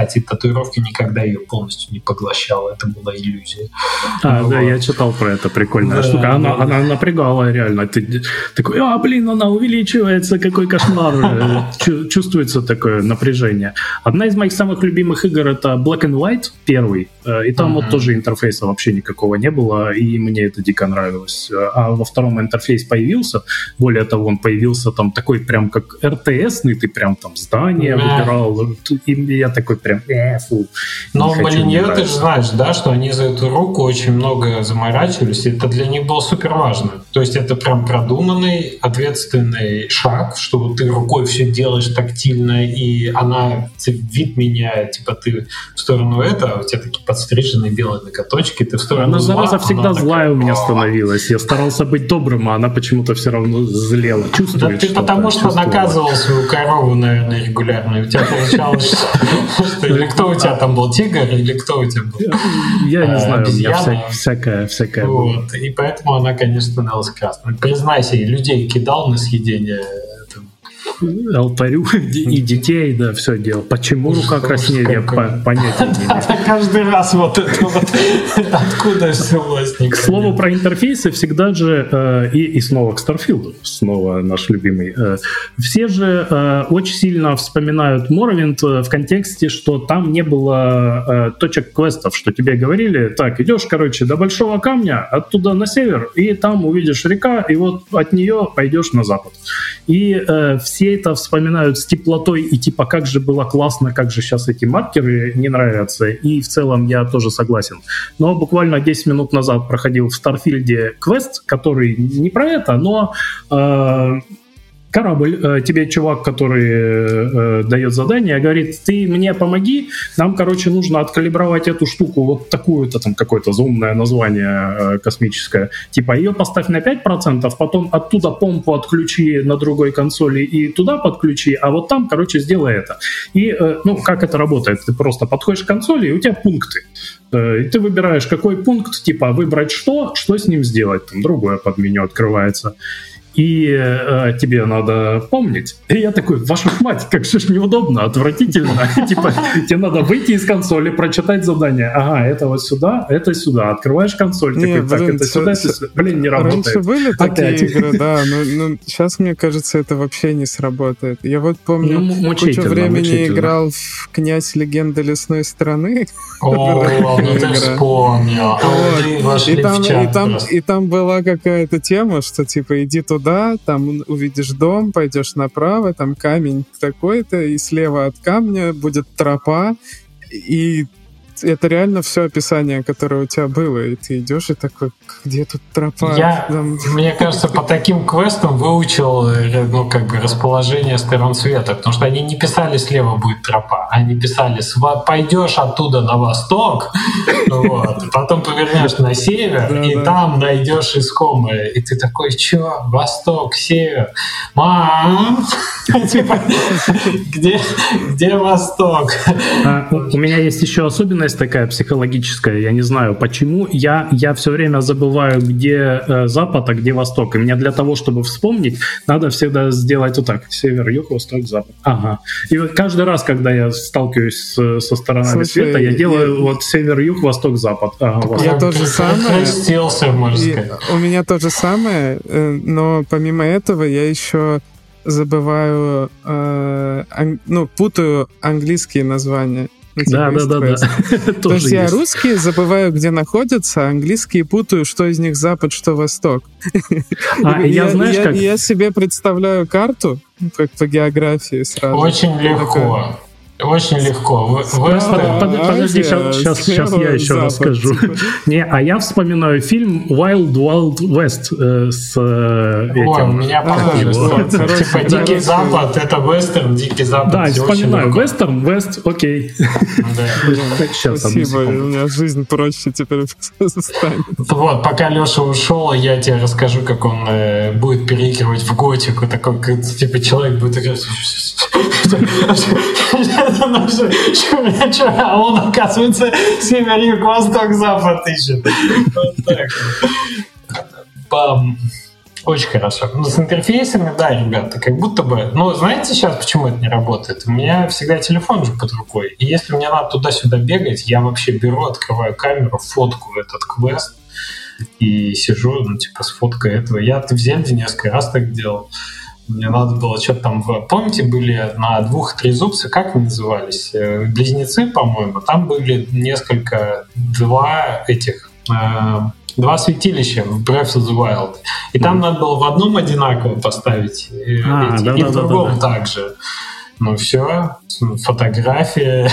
татуировка никогда ее полностью не поглощала. Это была иллюзия. А, ну, да, вот. Я читал про это, прикольная да, штука. Да, она, да. она напрягала реально. Ты такой, а, блин, она увеличивается, какой кошмар. Чувствуется такое напряжение. Одна из моих самых любимых игр — это Black and White, первый. И там uh-huh. вот тоже интерфейса вообще никакого не было, и мне это дико нравилось. А во втором интерфейс появился. Более того, он появился там такой прям как эр ти эс-ный, ты прям там здание yeah. выбирал. И я такой прям, э, фу. Но Молиньё, ты же знаешь, да, что они за эту руку очень много заморачивались, и это для них было супер важно. То есть это прям продуманный, ответственный шаг, что ты рукой все делаешь тактильно, и она вид меняет, типа ты в сторону этого, у тебя такие подстриженные белые ноготочки, ты в сторону она, зла. Зараза всегда злая такая... у меня становилась. Я старался быть добрым, а она почему-то все равно злела. Чувствует да ты потому что чувствовала. Наказывал свою корову, наверное, регулярно. У тебя получалось, что... Или кто у тебя там был, тигр, или кто у тебя был? Я не знаю, у меня всякое, всякое было. И поэтому она, конечно, становилась красной. Признайся, людей кидал на съедение алтарю и детей, да, все делал. Почему рука краснеет, я понятия не имею. Каждый раз вот это вот откуда взялось. К слову про интерфейсы, всегда же и, и снова к Старфилду, снова наш любимый. Все же очень сильно вспоминают Morrowind в контексте, что там не было точек квестов, что тебе говорили, так, идешь, короче, до Большого камня, оттуда на север, и там увидишь река, и вот от нее пойдешь на запад. И э, все это вспоминают с теплотой, и типа, как же было классно, как же сейчас эти маркеры не нравятся, и в целом я тоже согласен. Но буквально десять минут назад проходил в Старфилде квест, который не про это, но... Э, корабль, тебе чувак, который э, дает задание, говорит, ты мне помоги, нам, короче, нужно откалибровать эту штуку, вот такую-то там какое-то заумное название э, космическое, типа ее поставь на пять процентов, потом оттуда помпу отключи на другой консоли и туда подключи, а вот там, короче, сделай это. И, э, ну, как это работает? Ты просто подходишь к консоли, и у тебя пункты. Э, и ты выбираешь, какой пункт, типа, выбрать что, что с ним сделать, там другое подменю открывается. И э, тебе надо помнить. И я такой, вашу мать, как же ж неудобно, отвратительно. Типа, тебе надо выйти из консоли, прочитать задание. Ага, это вот сюда, это сюда. Открываешь консоль, такой, так, это сюда, это сюда. Блин, не работает. Раньше были такие игры, да, но сейчас, мне кажется, это вообще не сработает. Я вот помню, кучу времени играл в «Князь. Легенда лесной страны». О, ну ты вспомнил. И там была какая-то тема, что типа, иди туда, да, там увидишь дом, пойдешь направо, там камень такой-то, и слева от камня будет тропа, и это реально все описание, которое у тебя было, и ты идешь и такой, где тут тропа? Я, там... мне кажется, по таким квестам выучил, ну, как бы, расположение сторон света, потому что они не писали слева будет тропа, они писали пойдешь оттуда на восток, вот, потом повернешь на север, и там найдешь искомое, и ты такой, чё, восток, север, мам, типа, где восток? У меня есть еще особенность такая психологическая, я не знаю почему, я, я все время забываю, где э, запад, а где восток, и мне для того, чтобы вспомнить, надо всегда сделать вот так, север, юг, восток, запад, ага, и вот каждый раз, когда я сталкиваюсь с, со сторонами Слушай, света, я делаю я... вот север, юг, восток, запад, ага, восток. Я то же самое, у меня то же самое, но помимо этого я еще забываю, э, ан- ну, путаю английские названия. Ну, да, да, да, да. То есть я русские забываю, где находятся, а английские путаю, что из них запад, что восток. А, я, я, знаешь, я, как... я себе представляю карту, как по географии сразу. Очень легко. Очень легко. Под, под, подожди, сейчас, сейчас, сейчас я еще запад, расскажу. Типа. Не, а я вспоминаю фильм Wild Wild West э, с э, этим. Ой, у меня похоже. А, типа Дикий Запад, это вестерн, Дикий Запад. Да, вспоминаю. Вестерн, вест, окей. Спасибо, у меня жизнь проще теперь станет. Вот, пока Леша ушел, я тебе расскажу, как он будет переигрывать в готику. Такой, типа, человек будет играть... А он, оказывается, север, юг, восток, запад ищет. Вот так. Бам. Очень хорошо. Ну, с интерфейсами, да, ребята, как будто бы... Ну, знаете сейчас, почему это не работает? У меня всегда телефон же под рукой. И если мне надо туда-сюда бегать, я вообще беру, открываю камеру, фоткаю этот квест и сижу, ну, типа, с фоткой этого. Я в Зельде несколько раз так делал. Мне надо было что-то там... Помните, были на двух трезубцах, как они назывались? Близнецы, по-моему. Там были несколько... Два этих... Э, два святилища в Breath of the Wild. И там mm. надо было в одном одинаково поставить, а, эти, да, и да, в другом да, да. также. Ну все, фотография,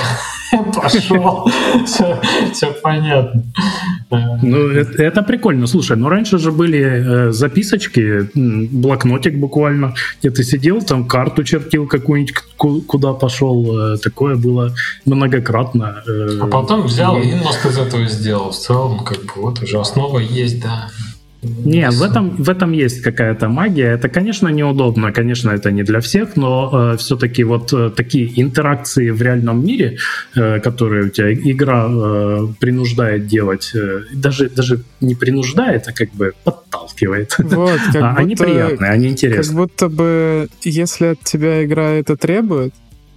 пошел, все, все понятно. Ну, это, это прикольно. Слушай, ну раньше же были э, записочки, блокнотик буквально, где ты сидел, там карту чертил какую-нибудь, куда пошел. Э, такое было многократно. Э, а потом взял и мост из этого сделал. В целом, как бы вот уже основа есть, да. Не, в этом, в этом есть какая-то магия. Это, конечно, неудобно, конечно, это не для всех, но э, все-таки вот э, такие интеракции в реальном мире, э, которые у тебя игра э, принуждает делать, э, даже, даже не принуждает, а как бы подталкивает. Вот, как а, будто, они приятные, они интересные. Как будто бы, если от тебя игра это требует,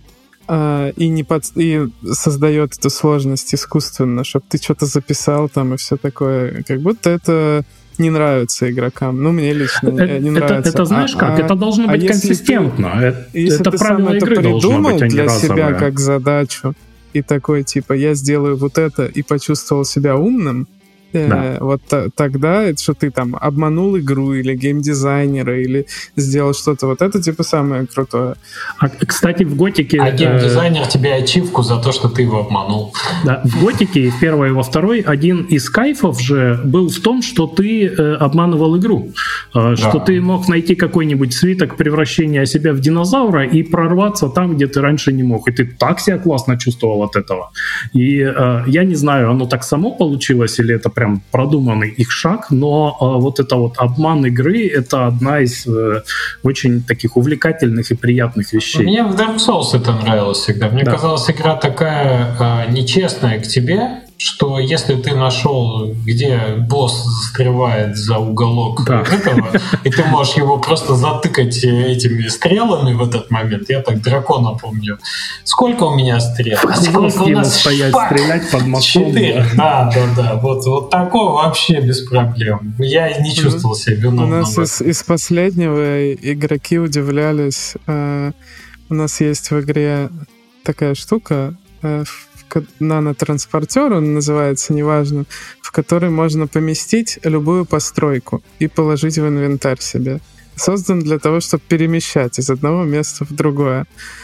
Uh, и, не под... и создает эту сложность искусственно, чтобы ты что-то записал там и все такое. Как будто это не нравится игрокам. Ну, мне лично не, не это, нравится. Это знаешь а, как? А, это должно быть а консистентно. Если ты, это если ты правило сам игры это придумал быть, для разовое. себя как задачу, и такой, типа, я сделаю вот это, и почувствовал себя умным, да. Вот т- тогда это что ты там обманул игру или геймдизайнера или сделал что-то, вот это типа самое крутое. А, кстати, в Готике... А геймдизайнер э... тебе ачивку за то, что ты его обманул. Да, в Готике, в первой и во второй, один из кайфов же был в том, что ты э, обманывал игру. Э, да. Что ты мог найти какой-нибудь свиток превращения себя в динозавра и прорваться там, где ты раньше не мог. И ты так себя классно чувствовал от этого. И э, я не знаю, оно так само получилось или это прям продуманный их шаг, но э, вот это вот обман игры — это одна из э, очень таких увлекательных и приятных вещей. Мне в Dark Souls это нравилось всегда. Мне да. казалось, игра такая э, нечестная к тебе, что если ты нашел, где босс застревает за уголок да. этого, и ты можешь его просто затыкать этими стрелами в этот момент. Я так дракона помню. Сколько у меня стрел? Сколько у нас стоять, шпак? Стрелять под мостом. Четыре. Да, да, да. Вот, вот такое вообще без проблем. Я не чувствовал себя виновным. У нас из, из последнего игроки удивлялись. Э, у нас есть в игре такая штука, э, нанотранспортер, он называется, неважно, в который можно поместить любую постройку и положить в инвентарь себе. Создан для того, чтобы перемещать из одного места в другое.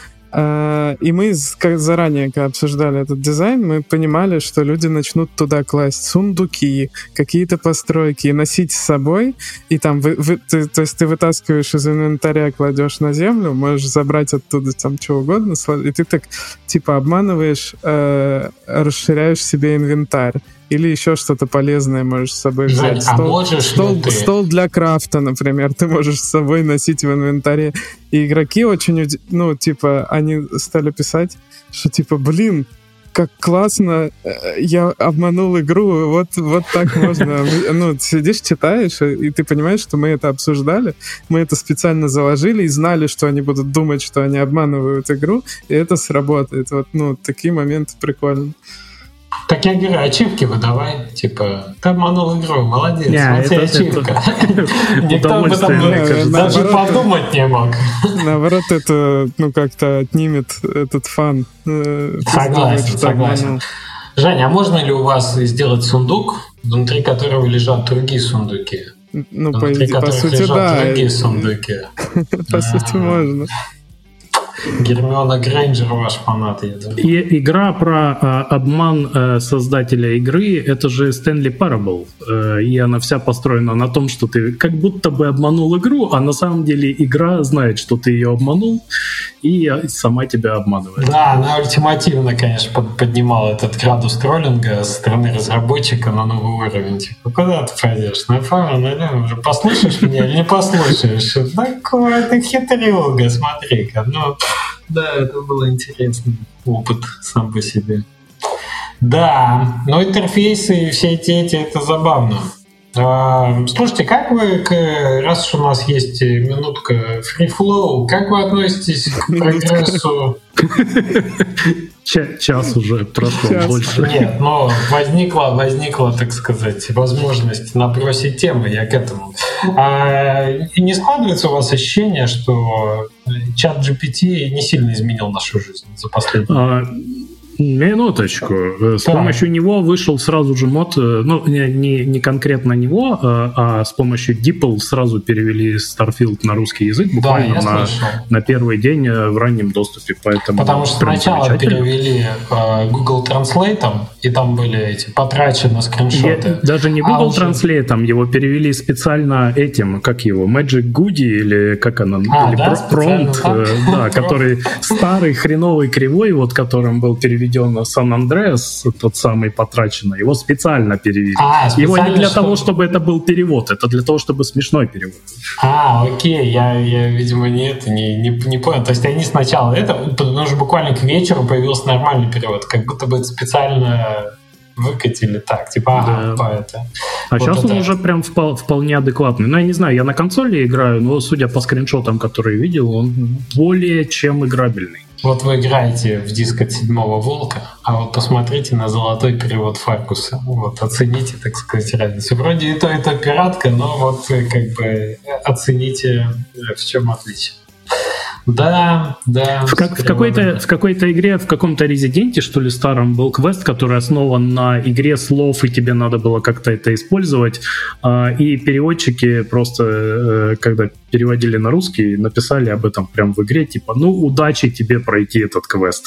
И мы заранее, когда обсуждали этот дизайн, мы понимали, что люди начнут туда класть сундуки, какие-то постройки, и носить с собой, и там, вы, вы, ты, то есть ты вытаскиваешь из инвентаря, кладешь на землю, можешь забрать оттуда там что угодно, и ты так типа обманываешь, э, расширяешь себе инвентарь. Или еще что-то полезное можешь с собой взять. Жень, стол, а можешь стол, ты... стол для крафта, например, ты можешь с собой носить в инвентаре. И игроки очень, ну, типа, они стали писать, что, типа, блин, как классно, я обманул игру, вот, вот так можно. Ну, сидишь, читаешь, и ты понимаешь, что мы это обсуждали, мы это специально заложили и знали, что они будут думать, что они обманывают игру, и это сработает. Вот, ну, такие моменты прикольные. Так я говорю, ачивки выдавай, типа, ты обманул игру, молодец, yeah, вот тебе ачивка. Никто об этом даже подумать не мог. Наоборот, это, ну, как-то отнимет этот фан. Согласен, согласен. Женя, а можно ли у вас сделать сундук, внутри которого лежат другие сундуки? Ну, по сути, да. другие сундуки. По сути, можно. Гермиона Грейнджер ваш фанат, я думаю. И игра про э, обман э, создателя игры, это же Stanley Parable. Э, и она вся построена на том, что ты как будто бы обманул игру, а на самом деле игра знает, что ты ее обманул, и сама тебя обманывает. Да, она ультимативно, конечно, под, поднимала этот градус троллинга со стороны разработчика на новый уровень. Типа, куда ты пойдешь? На фару, налево уже послушаешь меня или не послушаешь? Такой ты хитрюга, смотри-ка. Ну, да, это был интересный опыт сам по себе. Да, но интерфейсы и все эти, эти это забавно. А, слушайте, как вы, к, раз уж у нас есть минутка free flow, как вы относитесь к прогрессу? Час уже прошел Час. больше. Нет, но возникла, возникла, так сказать, возможность набросить темы, я к этому. А, и не складывается у вас ощущение, что чат джи пи ти не сильно изменил нашу жизнь за последние а... Минуточку. С да. помощью него вышел сразу же мод, ну, не, не конкретно него, а с помощью DeepL сразу перевели Starfield на русский язык буквально да, на, на первый день в раннем доступе. Поэтому Потому что сначала перевели uh, Google Translate, и там были эти потрачены скриншоты. Я, даже не Google а Translate, уже... его перевели специально этим, как его, Magic Goody, или как она, а, или да, Prompt, да, который старый, хреновый, кривой, вот которым был переведен на Сан-Андреас, тот самый потраченный, его специально перевели. А, его не для что... того, чтобы это был перевод, это для того, чтобы смешной перевод. А, окей, я, я видимо, не это, не, не, не понял. То есть они сначала это, потому что буквально к вечеру появился нормальный перевод, как будто бы это специально выкатили так, типа, ага, да. по это. А вот сейчас это... он уже прям впол- вполне адекватный. Ну, я не знаю, я на консоли играю, но, судя по скриншотам, которые видел, он более чем играбельный. Вот вы играете в диск от седьмого волка, а вот посмотрите на золотой перевод Фаркуса. Вот, оцените, так сказать, разницу. Вроде и то, и то пиратка, но вот как бы оцените, в чем отличие. Да, да. В, как, в, какой-то, в какой-то игре, в каком-то резиденте, что ли, старом, был квест, который основан на игре слов, и тебе надо было как-то это использовать. И переводчики просто, когда переводили на русский, написали об этом прям в игре, типа, ну, удачи тебе пройти этот квест.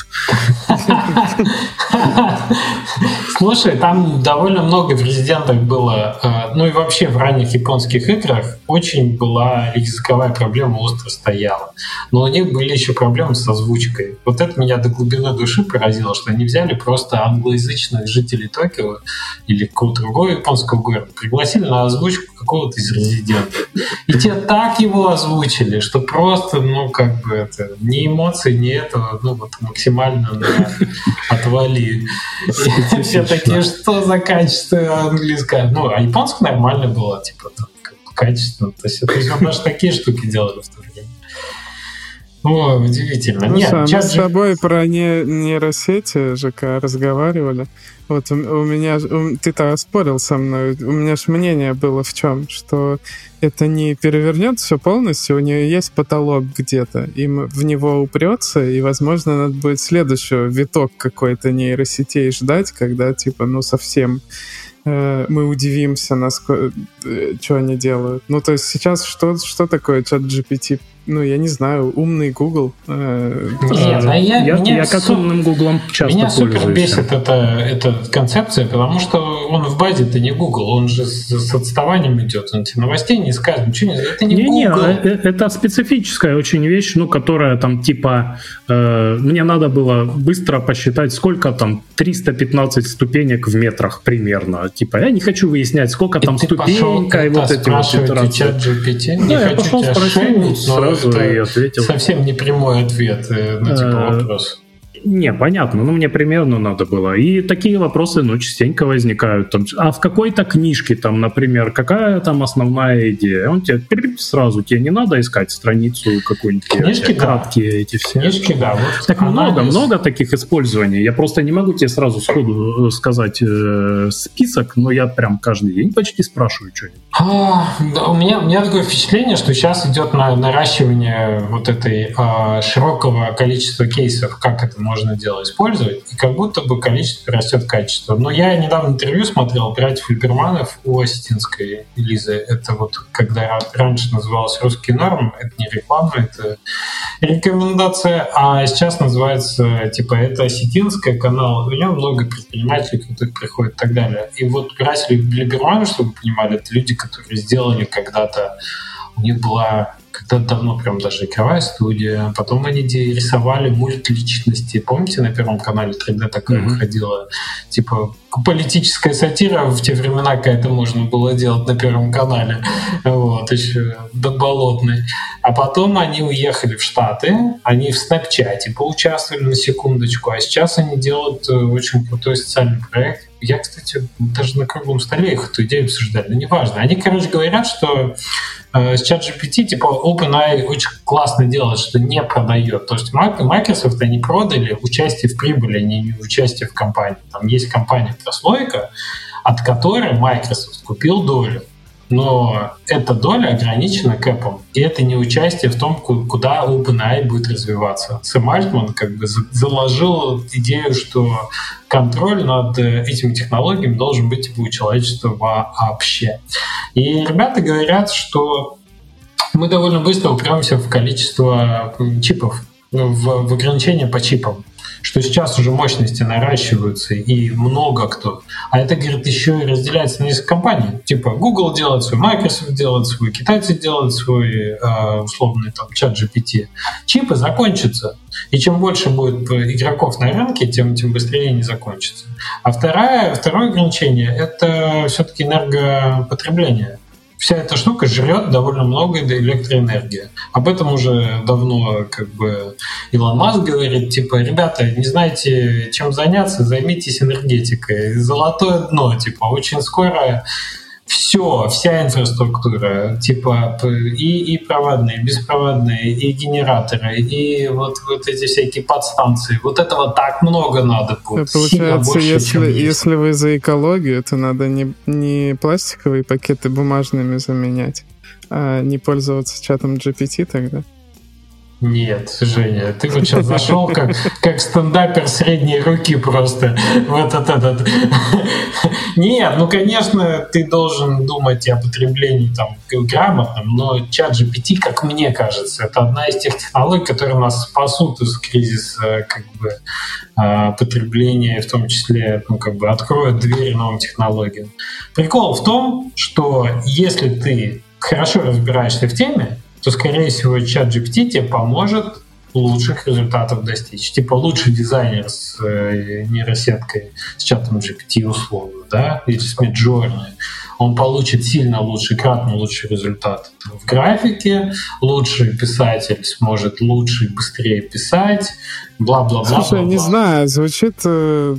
Слушай, там довольно много в резидентах было, ну и вообще в ранних японских играх очень была языковая проблема, остро стояла. Но у них были еще проблемы с озвучкой. Вот это меня до глубины души поразило, что они взяли просто англоязычных жителей Токио или какого-то другого японского города, пригласили на озвучку какого-то из резидентов. И те так его озвучили, что просто, ну, как бы это, ни эмоций, ни этого, ну, вот максимально на отвали. И все такие, что за качество английское? Ну, а японское нормально было, типа, там, качественно. То есть это еще даже такие штуки делали в то время. О, удивительно. Ну, Нет, мы чат... с тобой про не, нейросети, ЖК, разговаривали. Вот у, у меня, у, ты-то спорил со мной, у меня же мнение было в чем, что это не перевернет все полностью, у нее есть потолок где-то, и в него упрется, и, возможно, надо будет следующий виток какой-то нейросетей ждать, когда, типа, ну, совсем э, мы удивимся, насколько, э, что они делают. Ну, то есть сейчас что, что такое чат джи пи ти? Ну, я не знаю, умный Google. Э, Нет, а я, я, меня я как су... умным Гуглом часто меня пользуюсь. Меня супер бесит эта, эта концепция, потому что он в базе-то не Google, он же с, с отставанием идет, он тебе новостей не скажет, ничего не... Это не, не Google. Не, это специфическая очень вещь, ну, которая там типа... Э, мне надо было быстро посчитать, сколько там триста пятнадцать ступенек в метрах примерно. Типа, я не хочу выяснять, сколько и там ступенька и вот эти вот итерации. чат джи пи ти? Да, я пошел спросил сразу и ответил. Совсем не прямой ответ на типа вопрос. Не, понятно, ну мне примерно надо было. И такие вопросы, ну, частенько возникают. Там, а в какой-то книжке, там, например, какая там основная идея? Он тебе сразу, тебе не надо искать страницу какую-нибудь. Книжки, да. Краткие эти все. Книжки, да. Вот так много, много таких использований. Я просто не могу тебе сразу сходу сказать э, список, но я прям каждый день почти спрашиваю что-нибудь. А, да, у, меня, у меня такое впечатление, что сейчас идет на, наращивание вот этой а, широкого количества кейсов, как это можно дело использовать, и как будто бы количество растет качество. Но я недавно интервью смотрел братьев Ильберманов у Осетинской Лизы. Это вот когда раньше называлось «Русский норм», это не реклама, это рекомендация, а сейчас называется типа это Осетинская канал. У него много предпринимателей, которые приходят и так далее. И вот братья Ильберманы, чтобы вы понимали, это люди, которые сделали когда-то, у них была когда-то давно прям даже игровая студия, потом они рисовали мультличности. Помните, на Первом канале три дэ такое mm-hmm. выходило? Типа политическая сатира в те времена, когда это можно было делать на Первом канале, вот, еще до Болотной. А потом они уехали в Штаты, они в Снэпчате поучаствовали на секундочку, а сейчас они делают очень крутой социальный проект. Я, кстати, даже на круглом столе их эту идею обсуждали, но неважно. Они, короче, говорят, что э, с ChatGPT, типа, OpenAI очень классно делает, что не продает. То есть Microsoft они продали участие в прибыли, не участие в компании. Там есть компания «Прослойка», от которой Microsoft купил долю. Но эта доля ограничена кэпом, и это не участие в том, куда OpenAI будет развиваться. Сэм Альтман как бы заложил идею, что контроль над этими технологиями должен быть у человечества вообще. И ребята говорят, что мы довольно быстро упремся в количество чипов, в, в ограничения по чипам, что сейчас уже мощности наращиваются, и много кто. А это, говорит, еще и разделяется на несколько компаний. Типа Google делает свой, Microsoft делает свой, китайцы делают свой э, условный там ChatGPT. Чипы закончатся. И чем больше будет игроков на рынке, тем, тем быстрее они закончатся. А второе, второе ограничение — это все-таки энергопотребление. Вся эта штука жрет довольно много электроэнергии. Об этом уже давно как бы Илон Маск говорит, типа, ребята, не знаете, чем заняться, займитесь энергетикой. Золотое дно, типа, очень скоро все, вся инфраструктура, типа и, и проводные, и беспроводные, и генераторы, и вот, вот эти всякие подстанции. Вот этого так много надо будет. Получается, больше, если, если вы за экологию, то надо не, не пластиковые пакеты бумажными заменять, а не пользоваться чатом джи пи ти тогда? Нет, Женя, ты вот сейчас зашел как, как стендапер средней руки просто в этот этот. Нет, ну, конечно, ты должен думать о потреблении там грамотном, но чат джи пи ти, как мне кажется, это одна из тех технологий, которые нас спасут из кризиса как бы потребления, в том числе, ну, как бы откроют двери новым технологиям. Прикол в том, что если ты хорошо разбираешься в теме, то, скорее всего, чат джи пи ти тебе поможет лучших результатов достичь. Типа лучший дизайнер с э, нейросеткой, с чатом джи пи ти условно, да, или с Midjourney, он получит сильно лучший, кратно лучший результат в графике, лучший писатель сможет лучше и быстрее писать, бла-бла-бла. Слушай, бла-бла. не знаю, звучит... Э...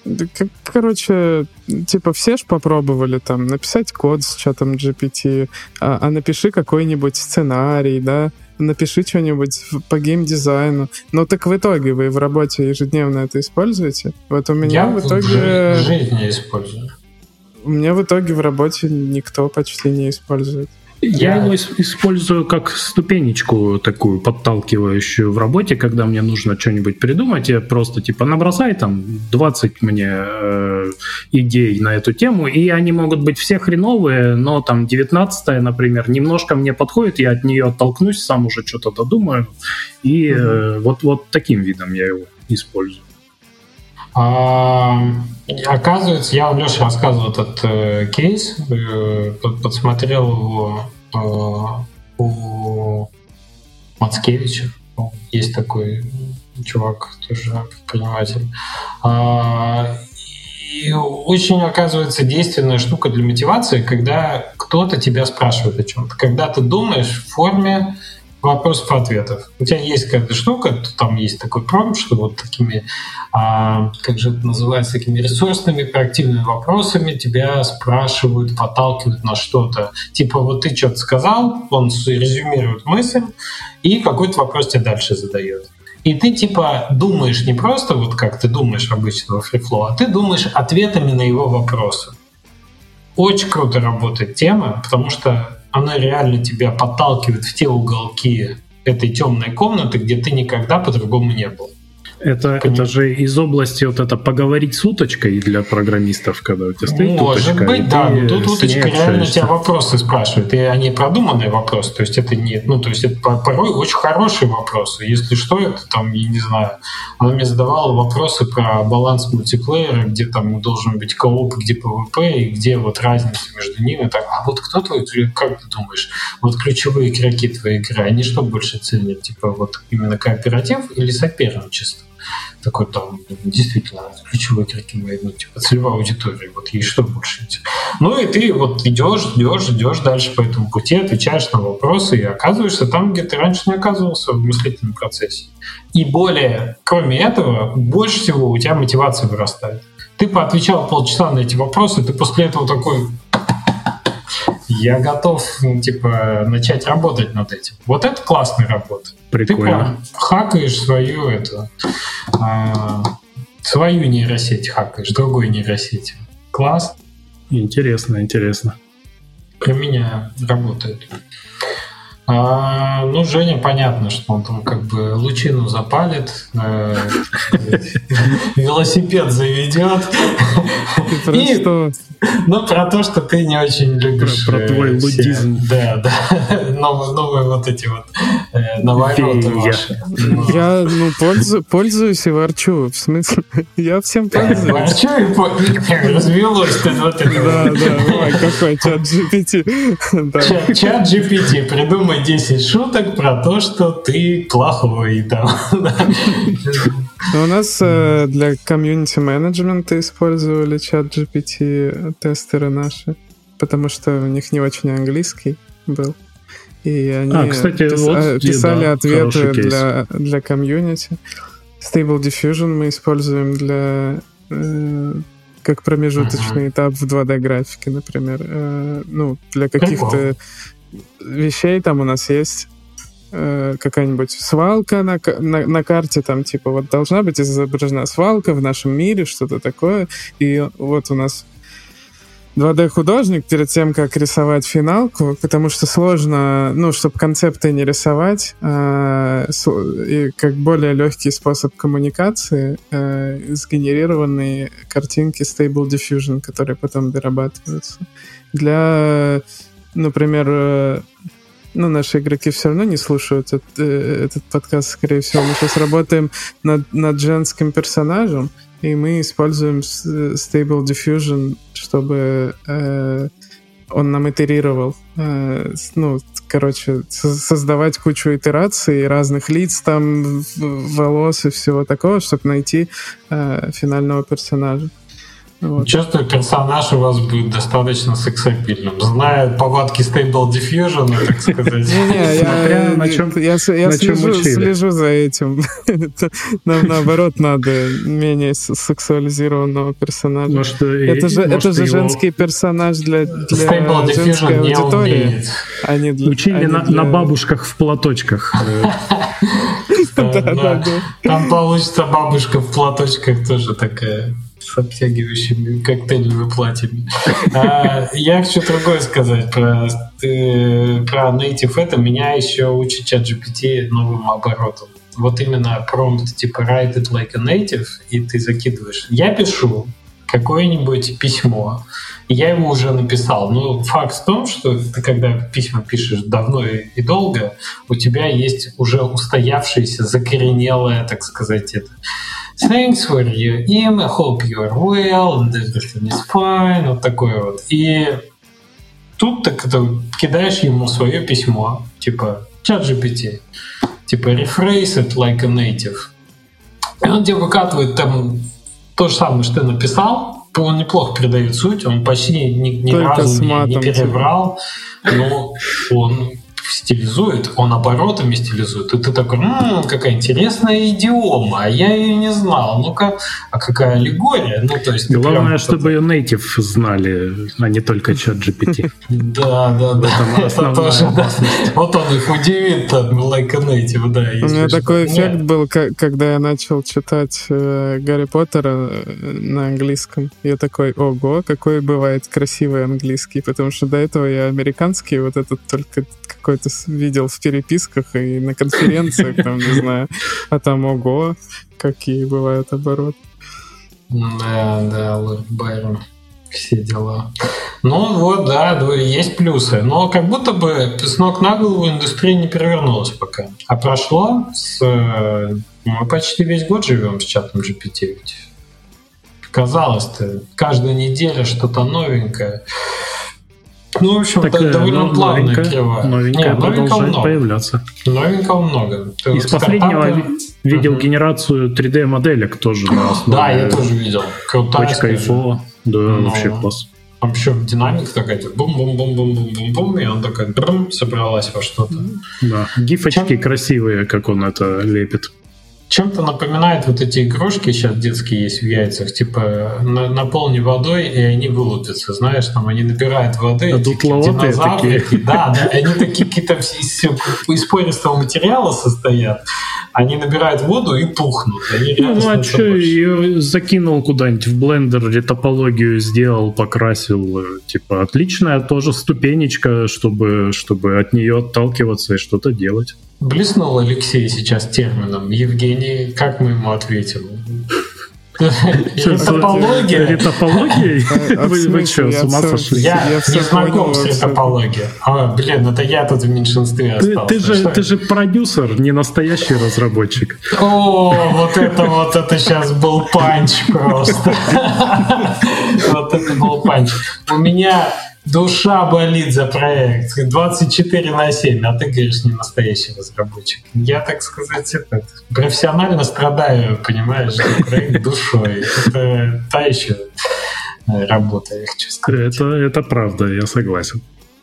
Короче, типа все ж попробовали там написать код с чатом джи пи ти, а, а напиши какой-нибудь сценарий, да, напиши что-нибудь по геймдизайну. Но так в итоге вы в работе ежедневно это используете? Вот у меня Я в итоге... в жизни использую. У меня в итоге в работе никто почти не использует. Я его использую как ступенечку такую подталкивающую в работе, когда мне нужно что-нибудь придумать, я просто типа набросай там двадцать мне э, идей на эту тему, и они могут быть все хреновые, но там девятнадцатая, например, немножко мне подходит, я от нее оттолкнусь, сам уже что-то додумаю, и э, вот, вот таким видом я его использую. А, оказывается, я вам, Леша, рассказывал этот э, кейс, э, подсмотрел его э, у Мацкевича. Есть такой чувак, тоже предприниматель. А, и очень, оказывается, действенная штука для мотивации, когда кто-то тебя спрашивает о чем-то. Когда ты думаешь в форме вопросов-ответов. У тебя есть какая-то штука, там есть такой промпт, что вот такими, а, как же это называется, такими ресурсными, проактивными вопросами тебя спрашивают, подталкивают на что-то. Типа вот ты что-то сказал, он резюмирует мысль, и какой-то вопрос тебе дальше задает. И ты типа думаешь не просто вот как ты думаешь обычно во фрифлоу, а ты думаешь ответами на его вопросы. Очень круто работает тема, потому что она реально тебя подталкивает в те уголки этой темной комнаты, где ты никогда по-другому не был. Это, это же из области вот это поговорить с уточкой для программистов, когда у тебя стоит Может уточка. быть, да, но тут уточка реально общаешься. тебя вопросы спрашивает, и они продуманные вопросы, то есть это не, ну, то есть это порой очень хорошие вопросы. Если что, это там, я не знаю, она мне задавала вопросы про баланс мультиплеера, где там должен быть кооп, где пи ви пи, и где вот разница между ними. Так, а вот кто твой, как ты думаешь, вот ключевые игроки твоей игры, они что больше ценят, типа вот именно кооператив или соперничество? такой там действительно ключевые игроки мои, ну, типа целевая аудитория, вот ей что больше. Ну и ты вот идешь, идешь, идешь дальше по этому пути, отвечаешь на вопросы и оказываешься там, где ты раньше не оказывался в мыслительном процессе. И более, кроме этого, больше всего у тебя мотивация вырастает. Ты поотвечал полчаса на эти вопросы, ты после этого такой: я готов, ну, типа, начать работать над этим. Вот это классная работа. Прикольно. Ты хакаешь свою эту, а, свою нейросеть, хакаешь другой нейросети. Класс. Интересно, интересно. Применяю, работает. А, ну, Женя, понятно, что он там как бы лучину запалит, э, велосипед заведет. И что? Ну, про то, что ты не очень любишь... Про, про твой все, лудизм. Да, да. Новые, новые вот эти вот э, навороты ваши. Я, ну, пользу, пользуюсь и ворчу. В смысле, я всем пользуюсь. Ворчу и по... развелось ты вот это. Да, да, ой, какой чат джи пи ти. Чат, чат джи пи ти, придумай десять шуток про то, что ты плохой. Там. У нас э, для комьюнити-менеджмента использовали чат джи пи ти тестеры наши, потому что у них не очень английский был. И они а, кстати, пис- вот, писали да, ответы для, для комьюнити. Stable Diffusion мы используем для э, как промежуточный uh-huh. этап в два дэ-графике, например. Э, ну, для каких-то uh-huh. вещей там у нас есть какая-нибудь свалка на, на, на карте, там, типа, вот должна быть изображена свалка в нашем мире, что-то такое, и вот у нас два дэ-художник перед тем, как рисовать финалку, потому что сложно, ну, чтобы концепты не рисовать, э, и как более легкий способ коммуникации, э, сгенерированные картинки Stable Diffusion, которые потом дорабатываются. Для, например, ну, наши игроки все равно не слушают этот, э, этот подкаст, скорее всего. Мы сейчас работаем над, над женским персонажем, и мы используем Stable Diffusion, чтобы э, он нам итерировал. Э, ну, короче, со- создавать кучу итераций разных лиц, там, волос и всего такого, чтобы найти э, финального персонажа. Вот. Чувствую, персонаж у вас будет достаточно сексапильным. Зная повадки Stable Diffusion, так сказать. Не-не, я слежу за этим. Нам, наоборот, надо менее сексуализированного персонажа. Это же женский персонаж для женской аудитории. Учили на бабушках в платочках. Там получится бабушка в платочках тоже такая, с обтягивающими коктейльными платьями. А, я хочу другое сказать про, э, про native. Это меня еще учит чат джи пи ти новым оборотом. Вот именно промпт типа write it like a native, и ты закидываешь. Я пишу какое-нибудь письмо, и я его уже написал. Но факт в том, что ты, когда письма пишешь давно и, и долго, у тебя есть уже устоявшееся, закоренелое, так сказать, это Thanks for your email, hope you are well, and everything is fine, вот такое вот. И тут так это кидаешь ему свое письмо, типа чат джи пи ти, типа rephrase it like a native. И он тебе выкатывает там то же самое, что ты написал, он неплохо передает суть, он почти ни, ни разу не, не переврал, но он стилизует, он оборотами стилизует. И ты такой, м-м, какая интересная идиома, а я ее не знал. Ну-ка, а какая аллегория? Ну, то есть, главное, чтобы ее native знали, а не только чат джи пи ти. Да, да, да. Это тоже. Вот он их удивит, like a native, да. У меня такой эффект был, когда я начал читать Гарри Поттера на английском. Я такой, ого, какой бывает красивый английский, потому что до этого я американский, вот этот только какой-то видел в переписках и на конференциях, там, не знаю, а там, ого, какие бывают обороты. Да, да, Лорд Байрон, все дела. Ну вот, да, есть плюсы, но как будто бы с ног на голову индустрия не перевернулась пока. А прошло с... Мы почти весь год живем с чатом джи пи ти. Казалось-то, каждая неделя что-то новенькое. Ну, в общем, так, это довольно ну, плавная новенькая, кривая. новенькая Нет, продолжает много. появляться. Новенького много. Ты Из вот последнего стартапы... ви- видел uh-huh. генерацию три дэ-моделек тоже на основе. Да, я тоже видел. Крутая. .ифо. Да, Но... вообще класс. Там еще динамика такая, бум-бум-бум-бум-бум-бум-бум, и она такая брм, собралась во что-то. Да, гифочки Чем... красивые, как он это лепит. Чем-то напоминает вот эти игрушки сейчас детские есть в яйцах, типа на, наполни водой, и они вылупятся, знаешь, там они набирают воды, а эти динозавры, такие. да, да, они такие какие-то из, из пористого материала состоят, они набирают воду и пухнут. Они ну, ну а что, ее закинул куда-нибудь в блендер, или топологию сделал, покрасил, типа отличная тоже ступенечка, чтобы, чтобы от нее отталкиваться и что-то делать. Блеснул Алексей сейчас термином. Евгений, как мы ему ответим? Ретопология? Ретопология? Вы что, с ума сошли? Я не знаком с ретопологией. А, блин, это я тут в меньшинстве остался. Ты же продюсер, не настоящий разработчик. О, вот это вот, это сейчас был панч просто. Вот это был панч. У меня... Душа болит за проект двадцать четыре на семь, а ты говоришь, не настоящий разработчик. Я, так сказать, это, профессионально страдаю, понимаешь, за проект душой. Это та еще работа, я хочу сказать. Это, это правда, я согласен.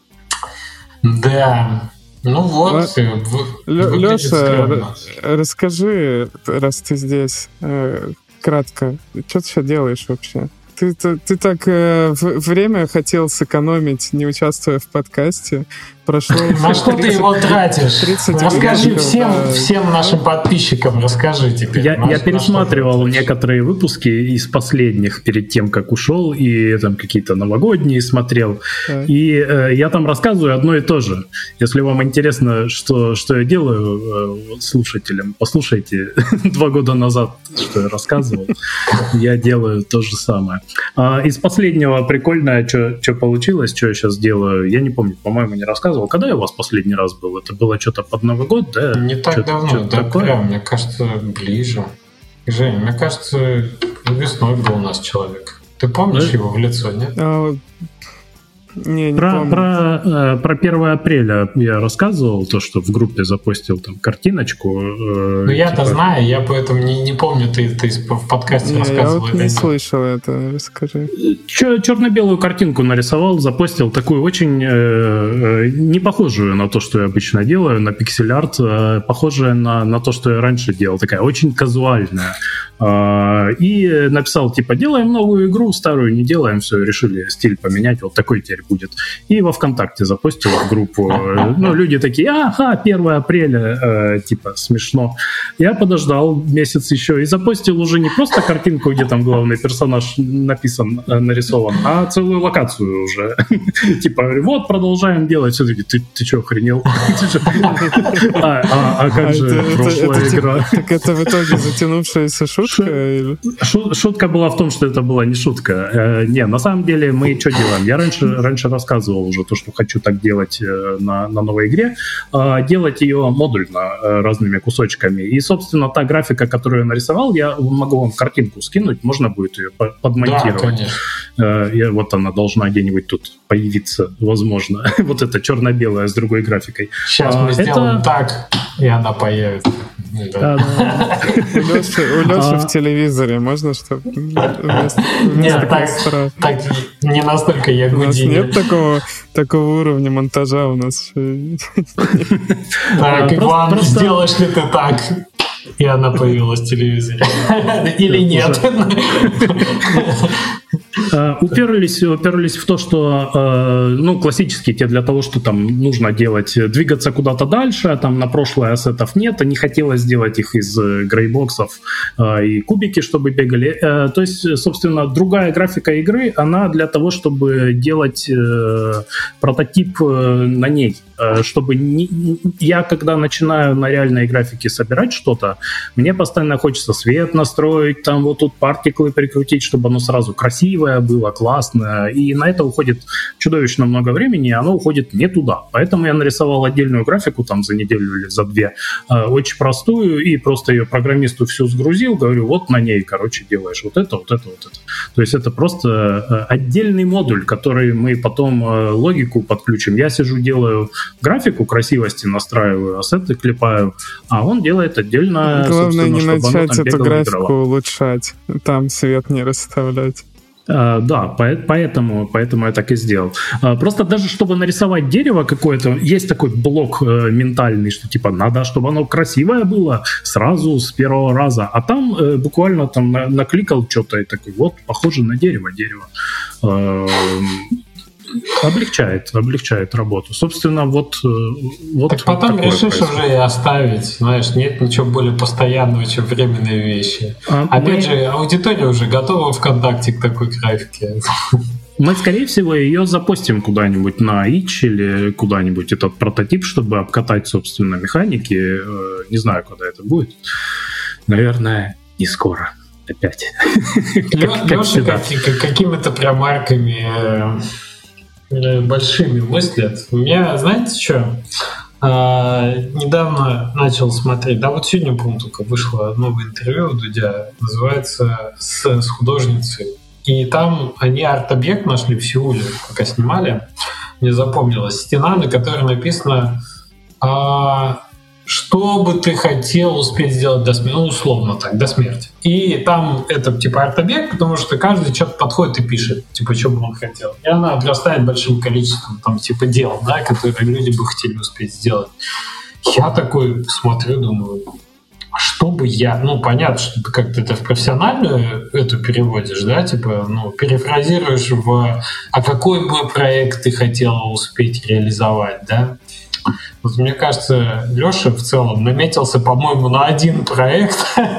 Да. Ну вот. Леша, расскажи, раз ты здесь, кратко, что ты сейчас делаешь вообще? Ты, ты, ты так э, время хотел сэкономить, не участвуя в подкасте. Прошло на что ты его тратишь? Расскажи всем, да. всем нашим подписчикам, расскажи теперь. Я, я пересматривал некоторые выпуски из последних перед тем, как ушел, и там какие-то новогодние смотрел. Да. И э, я там рассказываю одно и то же. Если вам интересно, что, что я делаю э, слушателям, послушайте два года назад, что я рассказывал. Я делаю то же самое. А из последнего прикольное, что получилось, что я сейчас делаю, я не помню, по-моему, не рассказывал. Когда я у вас последний раз был? Это было что-то под Новый год, да? Не так что-то, давно, что-то да, такое? Прям, мне кажется, ближе. Женя, мне кажется, весной был у нас человек. Ты помнишь да? его в лицо, нет? А, не, не про, помню. Про, э, про первое апреля я рассказывал, то, что в группе запостил там картиночку. Э, ну я-то типа... знаю, я поэтому не, не помню, ты, ты в подкасте не, рассказывал. Я вот не слышал это, расскажи. Чер- черно-белую картинку нарисовал, запостил, такую очень э, не похожую на то, что я обычно делаю, на пиксель-арт, э, похожая на, на то, что я раньше делал, такая очень казуальная. Э, и написал, типа, делаем новую игру, старую не делаем, все, решили стиль поменять, вот такой теперь будет. И во ВКонтакте запостил в группу. Ну, люди такие, ага, первое апреля, э, типа, смешно. Я подождал месяц еще и запостил уже не просто картинку, где там главный персонаж написан, нарисован, а целую локацию уже. Типа, вот, продолжаем делать. Все-таки, ты, ты что, охренел? А как же прошлая игра? Так это в итоге затянувшаяся шутка? Шутка была в том, что это была не шутка. Не, на самом деле мы что делаем? Я раньше раньше рассказывал уже то, что хочу так делать на, на новой игре, делать ее модульно разными кусочками. И, собственно, та графика, которую я нарисовал, я могу вам картинку скинуть, можно будет ее подмонтировать. Да, и вот она должна где-нибудь тут появиться, возможно. Вот это черно-белая с другой графикой. Сейчас мы сделаем так, и она появится. Да. Да. У Лёши, у Лёши а... в телевизоре можно, чтобы вместо, вместо нет, так, так не настолько я у нас нет такого, такого уровня монтажа у нас. Так, Иван, сделаешь ли ты так? И она появилась в телевизоре. Или нет? Уперлись, уперлись в то, что ну, классические те для того, что там нужно делать, двигаться куда-то дальше, а там на прошлое ассетов нет, а не хотелось сделать их из грейбоксов и кубики, чтобы бегали. То есть, собственно, другая графика игры, она для того, чтобы делать прототип на ней. Чтобы не... я, когда начинаю на реальной графике собирать что-то, мне постоянно хочется свет настроить, там вот тут партиклы прикрутить, чтобы оно сразу красиво красивое было, классное, и на это уходит чудовищно много времени, и оно уходит не туда. Поэтому я нарисовал отдельную графику там за неделю или за две, очень простую, и просто ее программисту всю сгрузил, говорю, вот на ней, короче, делаешь вот это, вот это, вот это. То есть это просто отдельный модуль, который мы потом логику подключим. Я сижу, делаю графику красивости, настраиваю, ассеты клепаю, а он делает отдельно. Главное не начать эту графику улучшать, там свет не расставлять. Uh, да, поэтому, поэтому я так и сделал. Uh, просто даже чтобы нарисовать дерево какое-то, есть такой блок uh, ментальный, что типа надо, чтобы оно красивое было сразу с первого раза. А там uh, буквально там на- накликал что-то и такой, вот, похоже на дерево, дерево. Uh, облегчает, облегчает работу. Собственно, вот, вот так потом решишь происходит. Уже и оставить. Знаешь, нет ничего более постоянного, чем временные вещи. А Опять мы... же, аудитория уже готова ВКонтакте к такой графике. Мы, скорее всего, ее запостим куда-нибудь на ич или куда-нибудь, этот прототип, чтобы обкатать, собственно, механики. Не знаю, когда это будет. Наверное, не скоро. Опять. Леша какими-то промарками большими мыслят. У меня, знаете что, а, недавно начал смотреть, да, вот сегодня, по-моему, только вышло новое интервью у Дудя, называется «С, с художницей». И там они арт-объект нашли в Сеуле, пока снимали. Мне запомнилась стена, на которой написано а, «Что бы ты хотел успеть сделать до смерти?» Ну, условно так, до смерти. И там это типа арт-объект, потому что каждый что-то подходит и пишет, типа, что бы он хотел. И она обрастает большим количеством там типа дел, да, которые люди бы хотели успеть сделать. Я такой смотрю, думаю, а что бы я... Ну, понятно, что ты как-то это в профессиональную эту переводишь, да, типа, ну, перефразируешь в «А какой бы проект ты хотела успеть реализовать», да? Вот мне кажется, Леша в целом наметился, по-моему, на один проект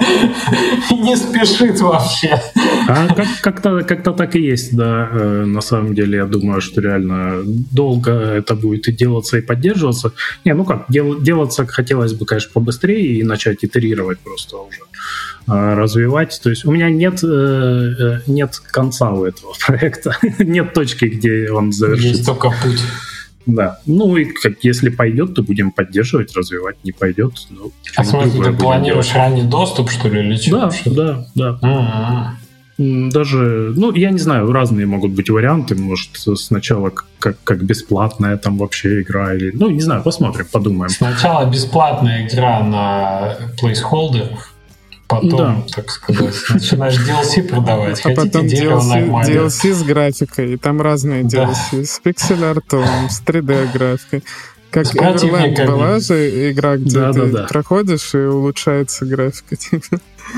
и не спешит вообще. А как, как-то, как-то так и есть, да. На самом деле, я думаю, что реально долго это будет и делаться, и поддерживаться. Не, ну как, дел, делаться хотелось бы, конечно, побыстрее и начать итерировать просто уже, развивать. То есть у меня нет, нет конца у этого проекта, нет точки, где он завершится. Есть только путь. Да. Ну и как, если пойдет, то будем поддерживать, развивать. Не пойдет, ну... А смотри, ты планируешь делать. Ранний доступ, что ли, или что? Да, да, да. Mm-hmm. Даже, ну, я не знаю, разные могут быть варианты. Может, сначала как, как бесплатная там вообще игра или... Ну, не знаю, посмотрим, подумаем. Сначала бесплатная игра на placeholder, потом, да. так сказать, начинаешь ди эл си продавать. А Хотите потом дерево нормально. ди эл си с графикой, и там разные ди эл си, да. с пиксель-артом, с три дэ-графикой. Как Everland была же игра, где да, ты да, да. проходишь, и улучшается графика. Типа.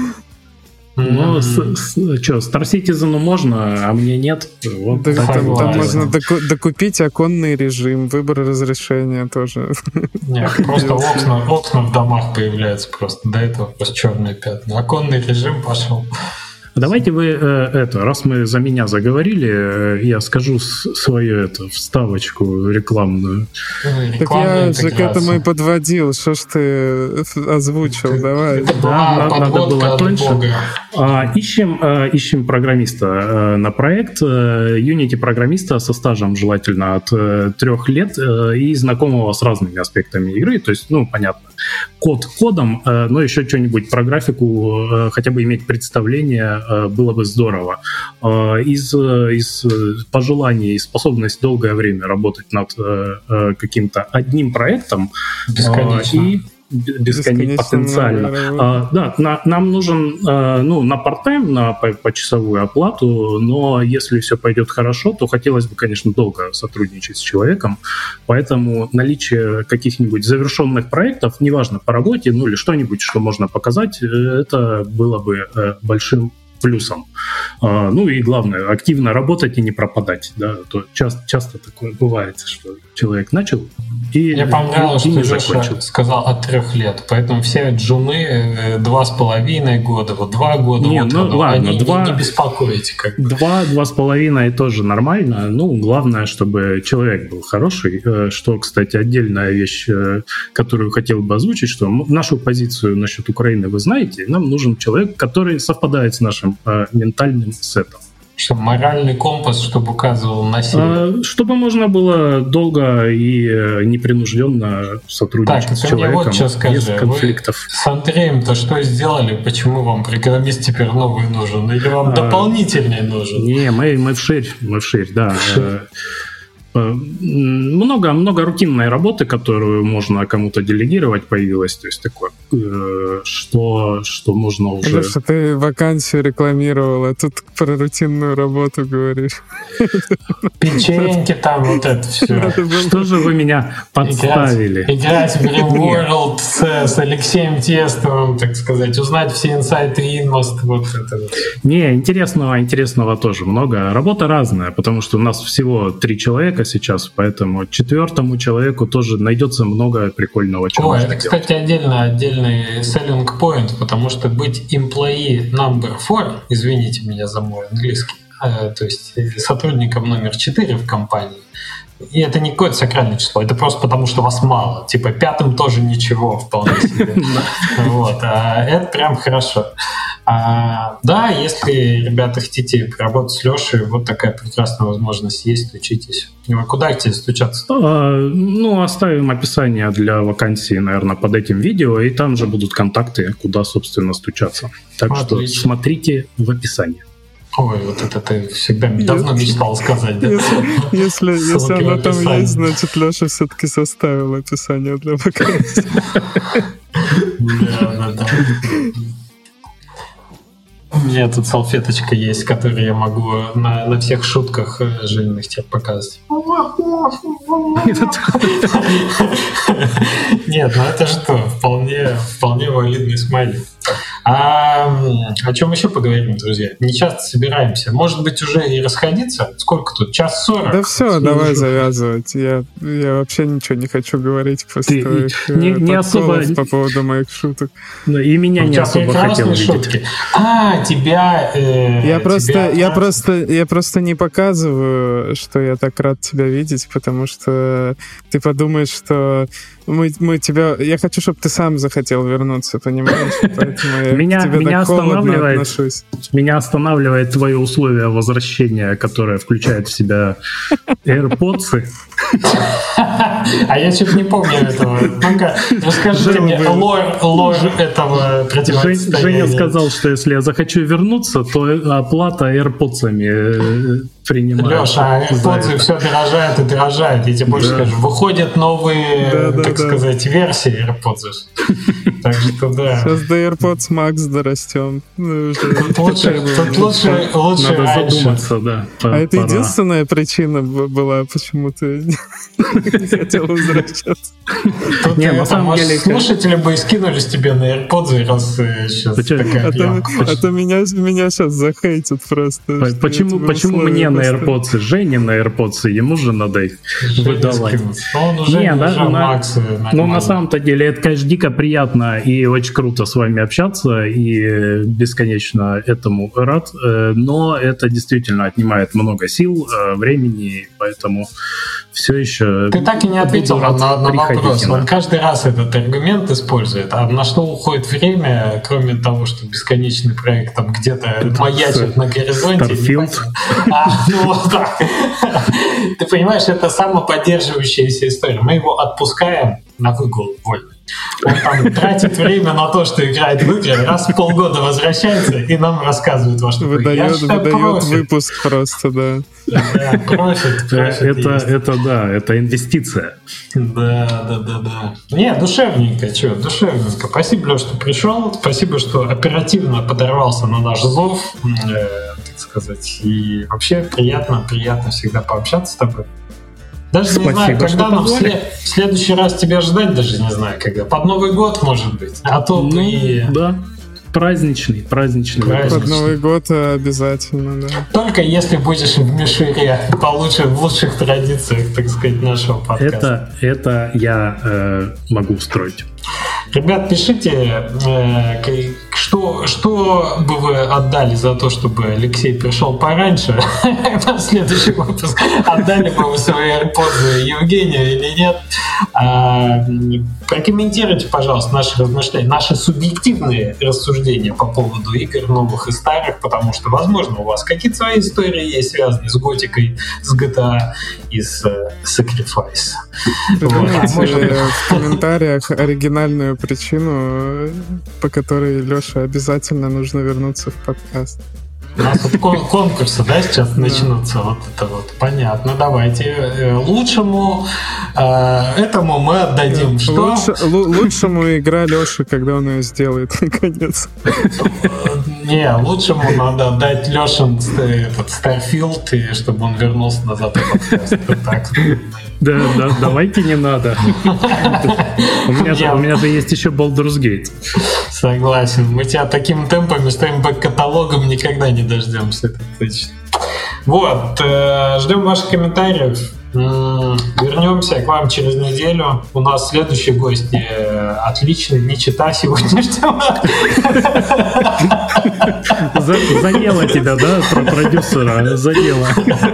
Ну, mm-hmm. что, Star Citizen можно, а мне нет. Вот да, там, там можно доку- докупить оконный режим, выбор разрешения тоже. Нет, просто окна, окна в домах появляются просто. До этого просто черные пятна. Оконный режим пошел. Давайте вы э, это, раз мы за меня заговорили, э, я скажу с, свою эту вставочку рекламную. Так я же к этому и подводил, что ж ты озвучил, давай. Да, надо, надо было тоньше. А, ищем, а, ищем программиста а, на проект, а, Unity-программиста со стажем желательно от а, трех лет а, и знакомого с разными аспектами игры, то есть, ну, понятно, код кодом, а, но еще что-нибудь про графику, а, хотя бы иметь представление, было бы здорово. Из, из пожеланий и способность долгое время работать над каким-то одним проектом бесконечно. И бесконечно потенциально. А, да, на, нам нужен ну, на парт-тайм, на почасовую оплату, но если все пойдет хорошо, то хотелось бы, конечно, долго сотрудничать с человеком, поэтому наличие каких-нибудь завершенных проектов, неважно, по работе, ну или что-нибудь, что можно показать, это было бы большим плюсом. А, ну и главное, активно работать и не пропадать. Да? То часто, часто такое бывает, что человек начал и Мне понравилось, и что не Леша закончил. Сказал от трех лет. Поэтому все джуны два с половиной года, вот два года, не, вот, ну, вот, ладно, они два, не, не беспокоите. Как бы. Два, два с половиной тоже нормально. Ну, главное, чтобы человек был хороший. Что, кстати, отдельная вещь, которую хотел бы озвучить, что нашу позицию насчет Украины вы знаете. Нам нужен человек, который совпадает с нашим э, ментальным сетом. Что, моральный компас, чтобы указывал на силу? А, чтобы можно было долго и непринужденно сотрудничать так, с человеком вот что скажи, без конфликтов. Вы с Андреем-то что сделали? Почему вам программист теперь новый нужен? Или вам а, дополнительный нужен? Не, мы, мы вширь, мы вширь, да. Много, много рутинной работы, которую можно кому-то делегировать, появилось, то есть такое, что, что можно уже... Потому что ты вакансию рекламировал, а тут про рутинную работу говоришь. Печеньки там, вот это все. Что же вы меня подставили? Играть, играть в RimWorld с, с Алексеем Тестовым, так сказать, узнать все инсайты Inmost, вот это вот. Не, интересного, интересного тоже много. Работа разная, потому что у нас всего три человека сейчас, поэтому четвертому человеку тоже найдется много прикольного чего. О, это, кстати, отдельно, отдельный selling point, потому что быть employee number four, извините меня за мой английский, э, то есть сотрудником номер четыре в компании, и это не какое-то сакральное число, это просто потому, что вас мало. Типа пятым тоже ничего вполне себе. Вот, а это прям хорошо. А, да, если, ребята, хотите поработать с Лешей, вот такая прекрасная возможность есть, стучитесь. Куда к тебе стучаться? А, ну, оставим описание для вакансии, наверное, под этим видео, и там же будут контакты, куда, собственно, стучаться. Так Отлично. Что смотрите в описании. Ой, вот это ты всегда давно мечтал сказать, да? Если, если, если оно там есть, значит, Леша все-таки составил описание для вакансии. Да, да, да. У меня тут салфеточка есть, которую я могу на, на всех шутках жильных тебе показывать. Нет, ну это что, вполне, вполне валидный смайлик. А о чем еще поговорим, друзья? Не часто собираемся. Может быть, уже и расходиться? Сколько тут? Час сорок? Да все, давай завязывать. Я, я вообще ничего не хочу говорить после Ты твоих не, не особо... по поводу моих шуток. Ну, и меня не особо хотел видеть. Шутки. А, тебя... Э, я, просто, тебя... я, просто, я просто не показываю, что я так рад тебя видеть, потому что ты подумаешь, что мы, мы тебя... Я хочу, чтобы ты сам захотел вернуться, понимаешь? Поэтому я меня, к тебе меня так холодно останавливает, отношусь. Меня останавливает твое условие возвращения, которое включает в себя AirPods. А я что-то не помню этого. Ну-ка, расскажи мне лор, лор этого противостояния. Женя сказал, что если я захочу вернуться, то оплата AirPods'ами принимает. Леша, а AirPods все дорожает и дорожает. Я тебе больше да. скажу. Выходят новые, да, да, так да. сказать, версии AirPods. Так что да. Сейчас до AirPods Max дорастем. Тут лучше, тут лучше, лучше Надо раньше. задуматься, да. А это единственная причина была, почему ты не хотел возвращаться. Тут не, на самом деле, слушатели бы и скинулись тебе на AirPods, раз сейчас такая пьянка. А то меня сейчас захейтят просто. Почему мне на AirPods, Жене на AirPods, ему же надо их выдавать. Он уже не, да, Макс. Ну, на самом-то деле, это, конечно, дико приятно и очень круто с вами общаться, и бесконечно этому рад, но это действительно отнимает много сил, времени, поэтому все еще... Ты так и не ответил на, на, на вопрос. Он каждый раз этот аргумент использует. А на что уходит время, кроме того, что бесконечный проект там где-то маячит на горизонте? Starfield. А, ну да. Ты понимаешь, это самоподдерживающаяся история. Мы его отпускаем на выгул вольный. Он там тратит время на то, что играет в игры, раз в полгода возвращается и нам рассказывает, во что выдает, выдает выпуск просто, да. Да, профит, профит это, это да, это инвестиция. Да, да, да, да. Не, душевненько, что, душевненько. Спасибо, Лёш, что пришел. Спасибо, что оперативно подорвался на наш зов, э, так сказать. И вообще приятно, приятно всегда пообщаться с тобой. Даже Спасибо, не знаю, когда нам в, след... в следующий раз тебя ждать, даже не знаю, когда. Под Новый год, может быть. А то ну, и... Да, праздничный, праздничный. праздничный. Под Новый год обязательно, да. Только если будешь в мишуре, получше в лучших традициях, так сказать, нашего подкаста. Это, это я э, могу устроить. Ребят, пишите, э, Что, что бы вы отдали за то, чтобы Алексей пришел пораньше на следующий выпуск? Отдали бы вы свои AirPods Евгению или нет? А, прокомментируйте, пожалуйста, наши размышления, наши субъективные рассуждения по поводу игр новых и старых, потому что, возможно, у вас какие-то свои истории есть, связанные с Готикой, с джи ти эй и с Sacrifice. Придумайте вот, а в комментариях оригинальную причину, по которой Лёше обязательно нужно вернуться в подкаст. У нас вот кон- конкурсы, да, сейчас да. начнутся. Вот это вот. Понятно. Давайте. Лучшему э, этому мы отдадим. Что? Лучше, л- лучшему игра Лёши, когда он ее сделает, наконец. Не, лучшему надо отдать Лёшин этот Starfield, и чтобы он вернулся назад в подкаст. Так. Да, да, давайте не надо. У меня, же, у меня же есть еще Baldur's Gate. Согласен. Мы тебя такими темпами с твоим бэк-каталогом никогда не дождемся. Это точно. Вот. Э, ждем ваших комментариев. М-м, вернемся к вам через неделю. У нас следующий гость э, отличный. Не чита сегодняшнего. Задело тебя, да, про продюсера? Задело.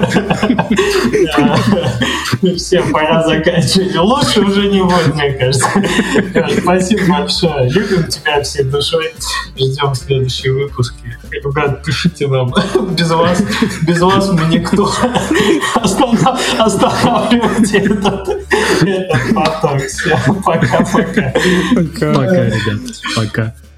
Всем пора заканчивать. Лучше уже не будет, мне кажется. Спасибо большое. Любим тебя всей душой. Ждем следующие выпуски. Ребят, пишите нам. Без вас, без вас мы никто. Останавливайте этот, этот поток. Все, пока-пока. Пока, ребят. Пока.